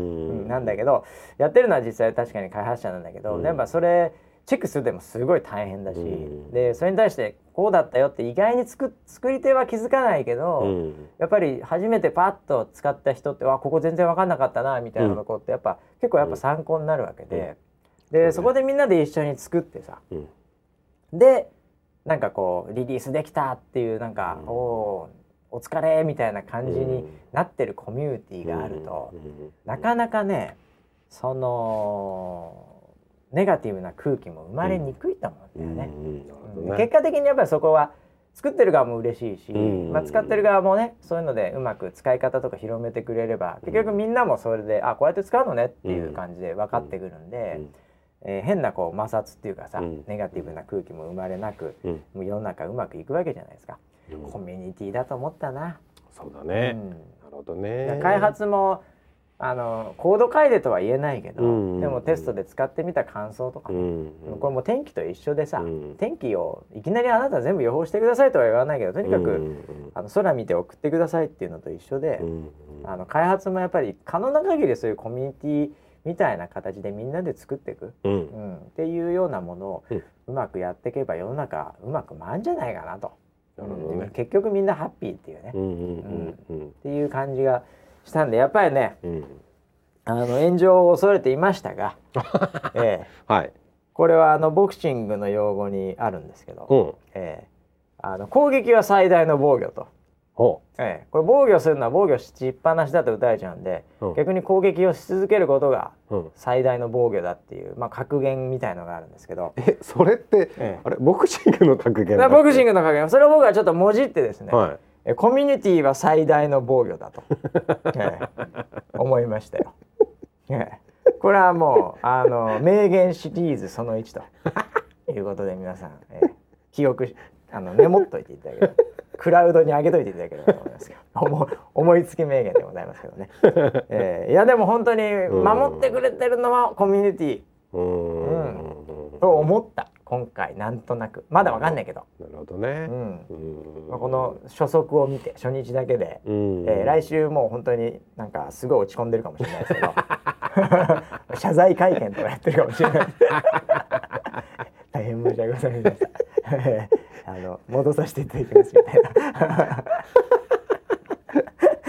なんだけどやってるのは実際確かに開発者なんだけど、うん、やっぱそれチェックするでもすごい大変だし、うん、でそれに対してこうだったよって意外に作作り手は気づかないけど、うん、やっぱり初めてパッと使った人ってわここ全然分かんなかったなみたいなとこってやっぱ、うん、結構やっぱ参考になるわけで、うん、で、うん、そこでみんなで一緒に作ってさ、うん、でなんかこうリリースできたっていうなんか、うん、おお疲れみたいな感じになってるコミュニティがあると、うん、なかなかねそのネガティブな空気も生まれにくいと思うんだよね、うんうん、結果的にやっぱりそこは作ってる側も嬉しいし、うんまあ、使ってる側もねそういうのでうまく使い方とか広めてくれれば結局みんなもそれであこうやって使うのねっていう感じで分かってくるんで、えー、変なこう摩擦っていうかさ、ネガティブな空気も生まれなく、もう世の中うまくいくわけじゃないですか、コミュニティだと思ったな。 そうだね、うん、なるほどね。 開発もあのコード書いてとは言えないけど、うんうん、でもテストで使ってみた感想とか、うんうん、これも天気と一緒でさ、うん、天気をいきなりあなた全部予報してくださいとは言わないけどとにかく、うんうん、あの空見て送ってくださいっていうのと一緒で、うんうん、あの開発もやっぱり可能な限りそういうコミュニティみたいな形でみんなで作っていく、うんうん、っていうようなものをうまくやっていけば世の中うまく回るんじゃないかなと、なるほどね、結局みんなハッピーっていうね、うんうんうんうん、っていう感じがしたんでやっぱりね、うんあの炎上を恐れていましたが、えーはい、これはあのボクシングの用語にあるんですけど、うんえー、あの攻撃は最大の防御と、えー、これ防御するのは防御しっぱなしだと打たれちゃうんで、うん、逆に攻撃をし続けることが最大の防御だっていう、まあ、格言みたいのがあるんですけど、 えそれって、えー、あれボクシングの格言だっボクシングの格言それを僕はちょっともじってですね、はい、コミュニティは最大の防御だと、えー、思いましたよ。これはもうあの名言シリーズそのいちということで皆さん、えー、記憶あのメモっといていただければクラウドに上げといていただければと思いますけど思, 思いつき名言でございますけどね、えー、いやでも本当に守ってくれてるのはコミュニティうん、うん、と思った今回なんとなくまだわかんないけどなるほどね、 うんうんまあ、この初速を見て初日だけで、うんえー、来週もう本当になんかすごい落ち込んでるかもしれないですけど謝罪会見とかやってるかもしれない大変申し訳ございませんあの戻させていただきますみたいな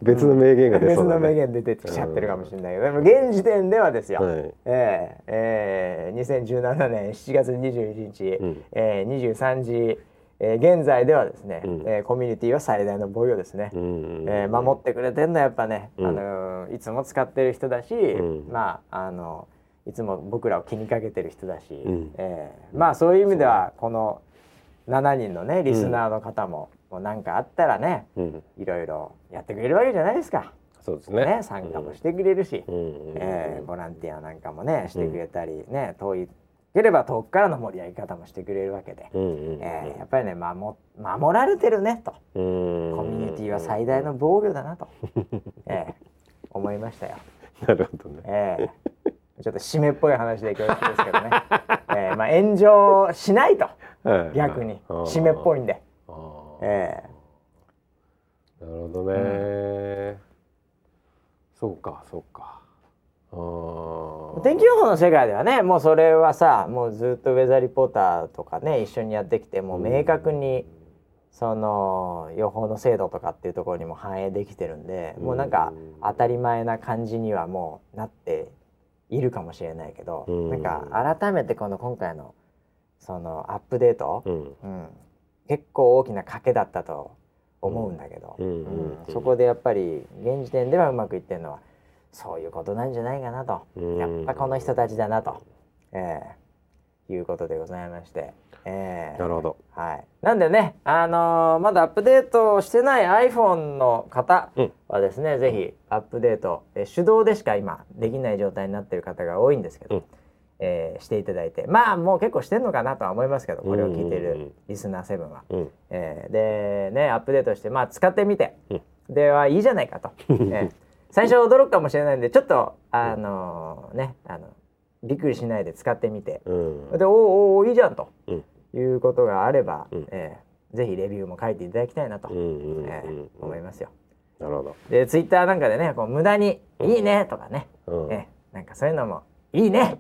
別の名言が出そうだね、 別の名言出てきちゃってるかもしれないけど、でも現時点ではですよ、はい、えーえー、にせんじゅうななねんしちがつにじゅういちにち、うん、えー、にじゅうさんじ、えー、現在ではですね、うん、えー、コミュニティは最大の防御ですね、うん、えー、守ってくれてるのはやっぱね、うん、あのいつも使ってる人だし、うん、まああのいつも僕らを気にかけてる人だし、うん、えー、まあそういう意味ではこのしちにんのねリスナーの方も、うん、もう何かあったらね、うん、いろいろやってくれるわけじゃないですか。 そうですね。 ね、参加もしてくれるし、うん、えー、ボランティアなんかもねしてくれたり、うん、ね、遠いければ遠くからの盛り上げ方もしてくれるわけで、うんうん、えー、やっぱりね守、守られてるねと、うん、コミュニティは最大の防御だなと、えー、思いましたよ。 なるほどね。 えー、ちょっと締めっぽい話で恐縮ですけどね、えー、まあ炎上しないと、逆に締めっぽいんで、えー、なるほどね、うん、そうかそうか。 あ、天気予報の世界ではね、もうそれはさ、もうずっとウェザーリポーターとかね一緒にやってきて、もう明確にその予報の精度とかっていうところにも反映できてるんで、もうなんか当たり前な感じにはもうなっているかもしれないけど、なんか改めてこの今回のそのアップデート、うんうん、結構大きな賭けだったと思うんだけど、うんうんうん、そこでやっぱり現時点ではうまくいってるのはそういうことなんじゃないかなと、やっぱこの人たちだなと、えー、いうことでございまして、えー、 なるほど、 はい、なんでね、あのー、まだアップデートしてない iPhone の方はですね、うん、ぜひアップデート、えー、手動でしか今できない状態になっている方が多いんですけど、うん、えー、していただいて、まあもう結構してんのかなとは思いますけど、これを聞いているリスナーセブンは、うん、えー、でねアップデートして、まあ使ってみて、うん、ではいいじゃないかと、えー、最初驚くかもしれないんでちょっとあのー、ねあのびっくりしないで使ってみて、うん、でおおおいいじゃんと、うん、いうことがあれば、うん、えー、ぜひレビューも書いていただきたいなと、うんうんうん、えー、思いますよ。 なるほど。 でツイッターなんかでねこう無駄に「いいね」とかね、うん、えー、なんかそういうのもいいね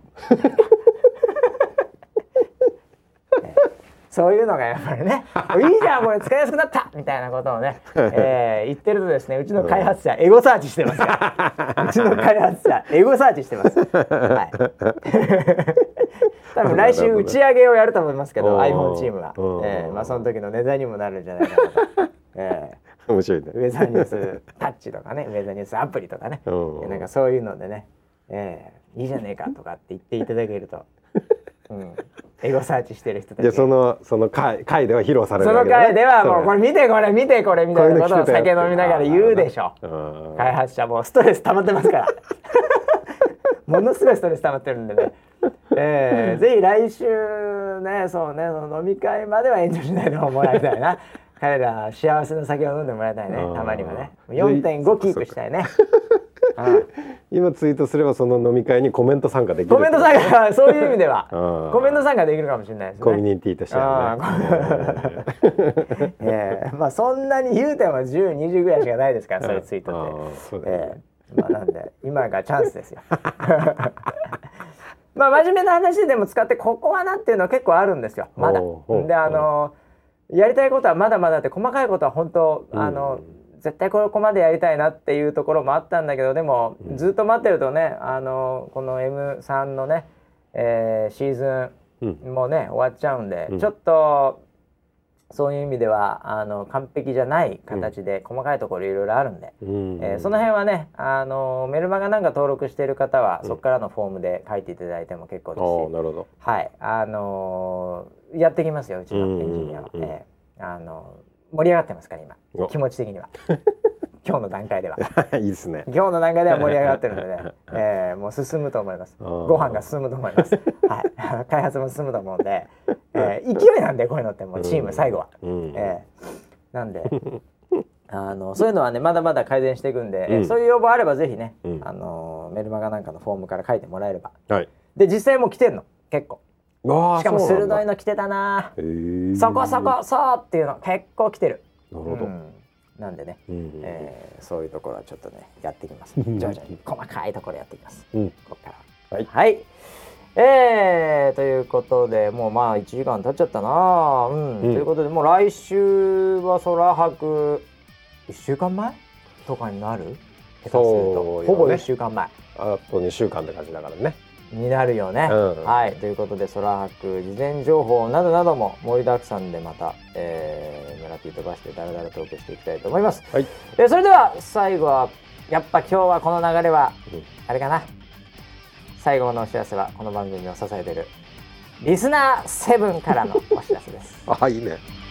そういうのがやっぱりねいいじゃんこれ使いやすくなったみたいなことをね、えー、言ってるとですね、うちの開発者エゴサーチしてますからうちの開発者エゴサーチしてます、はい多分来週打ち上げをやると思いますけど iPhone チームは、えーまあ、その時のネタにもなるんじゃないかなと、えー、面白いね。 ウェザーニュースタッチとかねウェザーニュースアプリとかね、なんかそういうのでね、えー、いいじゃねえかとかって言っていただけると、うん、エゴサーチしてる人たち、 でそのその回回では披露されるわけだね。その回ではもうこれ見てこれ見てこれみたいなことを酒飲みながら言うでしょ。開発者もストレス溜まってますからものすごいストレス溜まってるんでね、えー、ぜひ来週ね、そうね、その飲み会までは炎上しないでもらいたいな彼ら幸せな酒を飲んでもらいたいね、たまにはね。 よんてんご キープしたいね今ツイートすればその飲み会にコメント参加できる。 コメント参加そういう意味ではコメント参加できるかもしれないですね、 コミュニティとしてはねえー、まあそんなに言うてもじゅう、にじゅうぐらいしかないですから、それツイートって、えー、まあなんで今がチャンスですよまあ真面目な話でも使ってここはなっていうのは結構あるんですよ、まだ。であのやりたいことはまだまだって、細かいことは本当あの、うん、絶対ここまでやりたいなっていうところもあったんだけど、でも、うん、ずっと待ってるとね、あのこの エムスリー のね、えー、シーズンもね、うん、終わっちゃうんで、うん、ちょっとそういう意味ではあの完璧じゃない形で、細かいところいろいろあるんで、うん、えー、その辺はね、あのメルマガなんか登録している方は、そこからのフォームで書いていただいても結構ですし、 なるほど、 はい、あのー、やってきますよ、うちのエンジニアは、えー、あの盛り上がってますから今、気持ち的には今日の段階ではいいですね、 今日の段階では盛り上がってるのでね、えー、もう進むと思います。ご飯が進むと思います、はい、開発も進むと思うんで、えー、勢いなんでこういうのってもうチーム最後は、うん、えー、なんであのそういうのはねまだまだ改善していくんで、うん、そういう要望あればぜひね、うん、あのメルマガなんかのフォームから書いてもらえれば、はい、で実際もう来てんの結構、しかも鋭いの来てたな、そこそこそうっていうの結構来てる。 なるほど、うん、 なんでね、うん、えー、そういうところはちょっとねやっていきます。徐々に細かいところやっていきます、うん、ここから、はい、はい、えー、ということでもうまあいちじかん経っちゃったな、うんうん、ということでもう来週は空白いっしゅうかんまえとかになる？ そう、 ね、ほぼいっしゅうかんまえ。 あとにしゅうかんって感じだからね。 になるよね、うん、はい。ということで空白事前情報などなども盛りだくさんでまた、えー、村ピー飛ばしてだらだらトークしていきたいと思います、はい。えー、それでは最後はやっぱ今日はこの流れは、うん、あれかな、最後のお知らせはこの番組を支えているリスナーセブンからのお知らせです。 あ、いいね。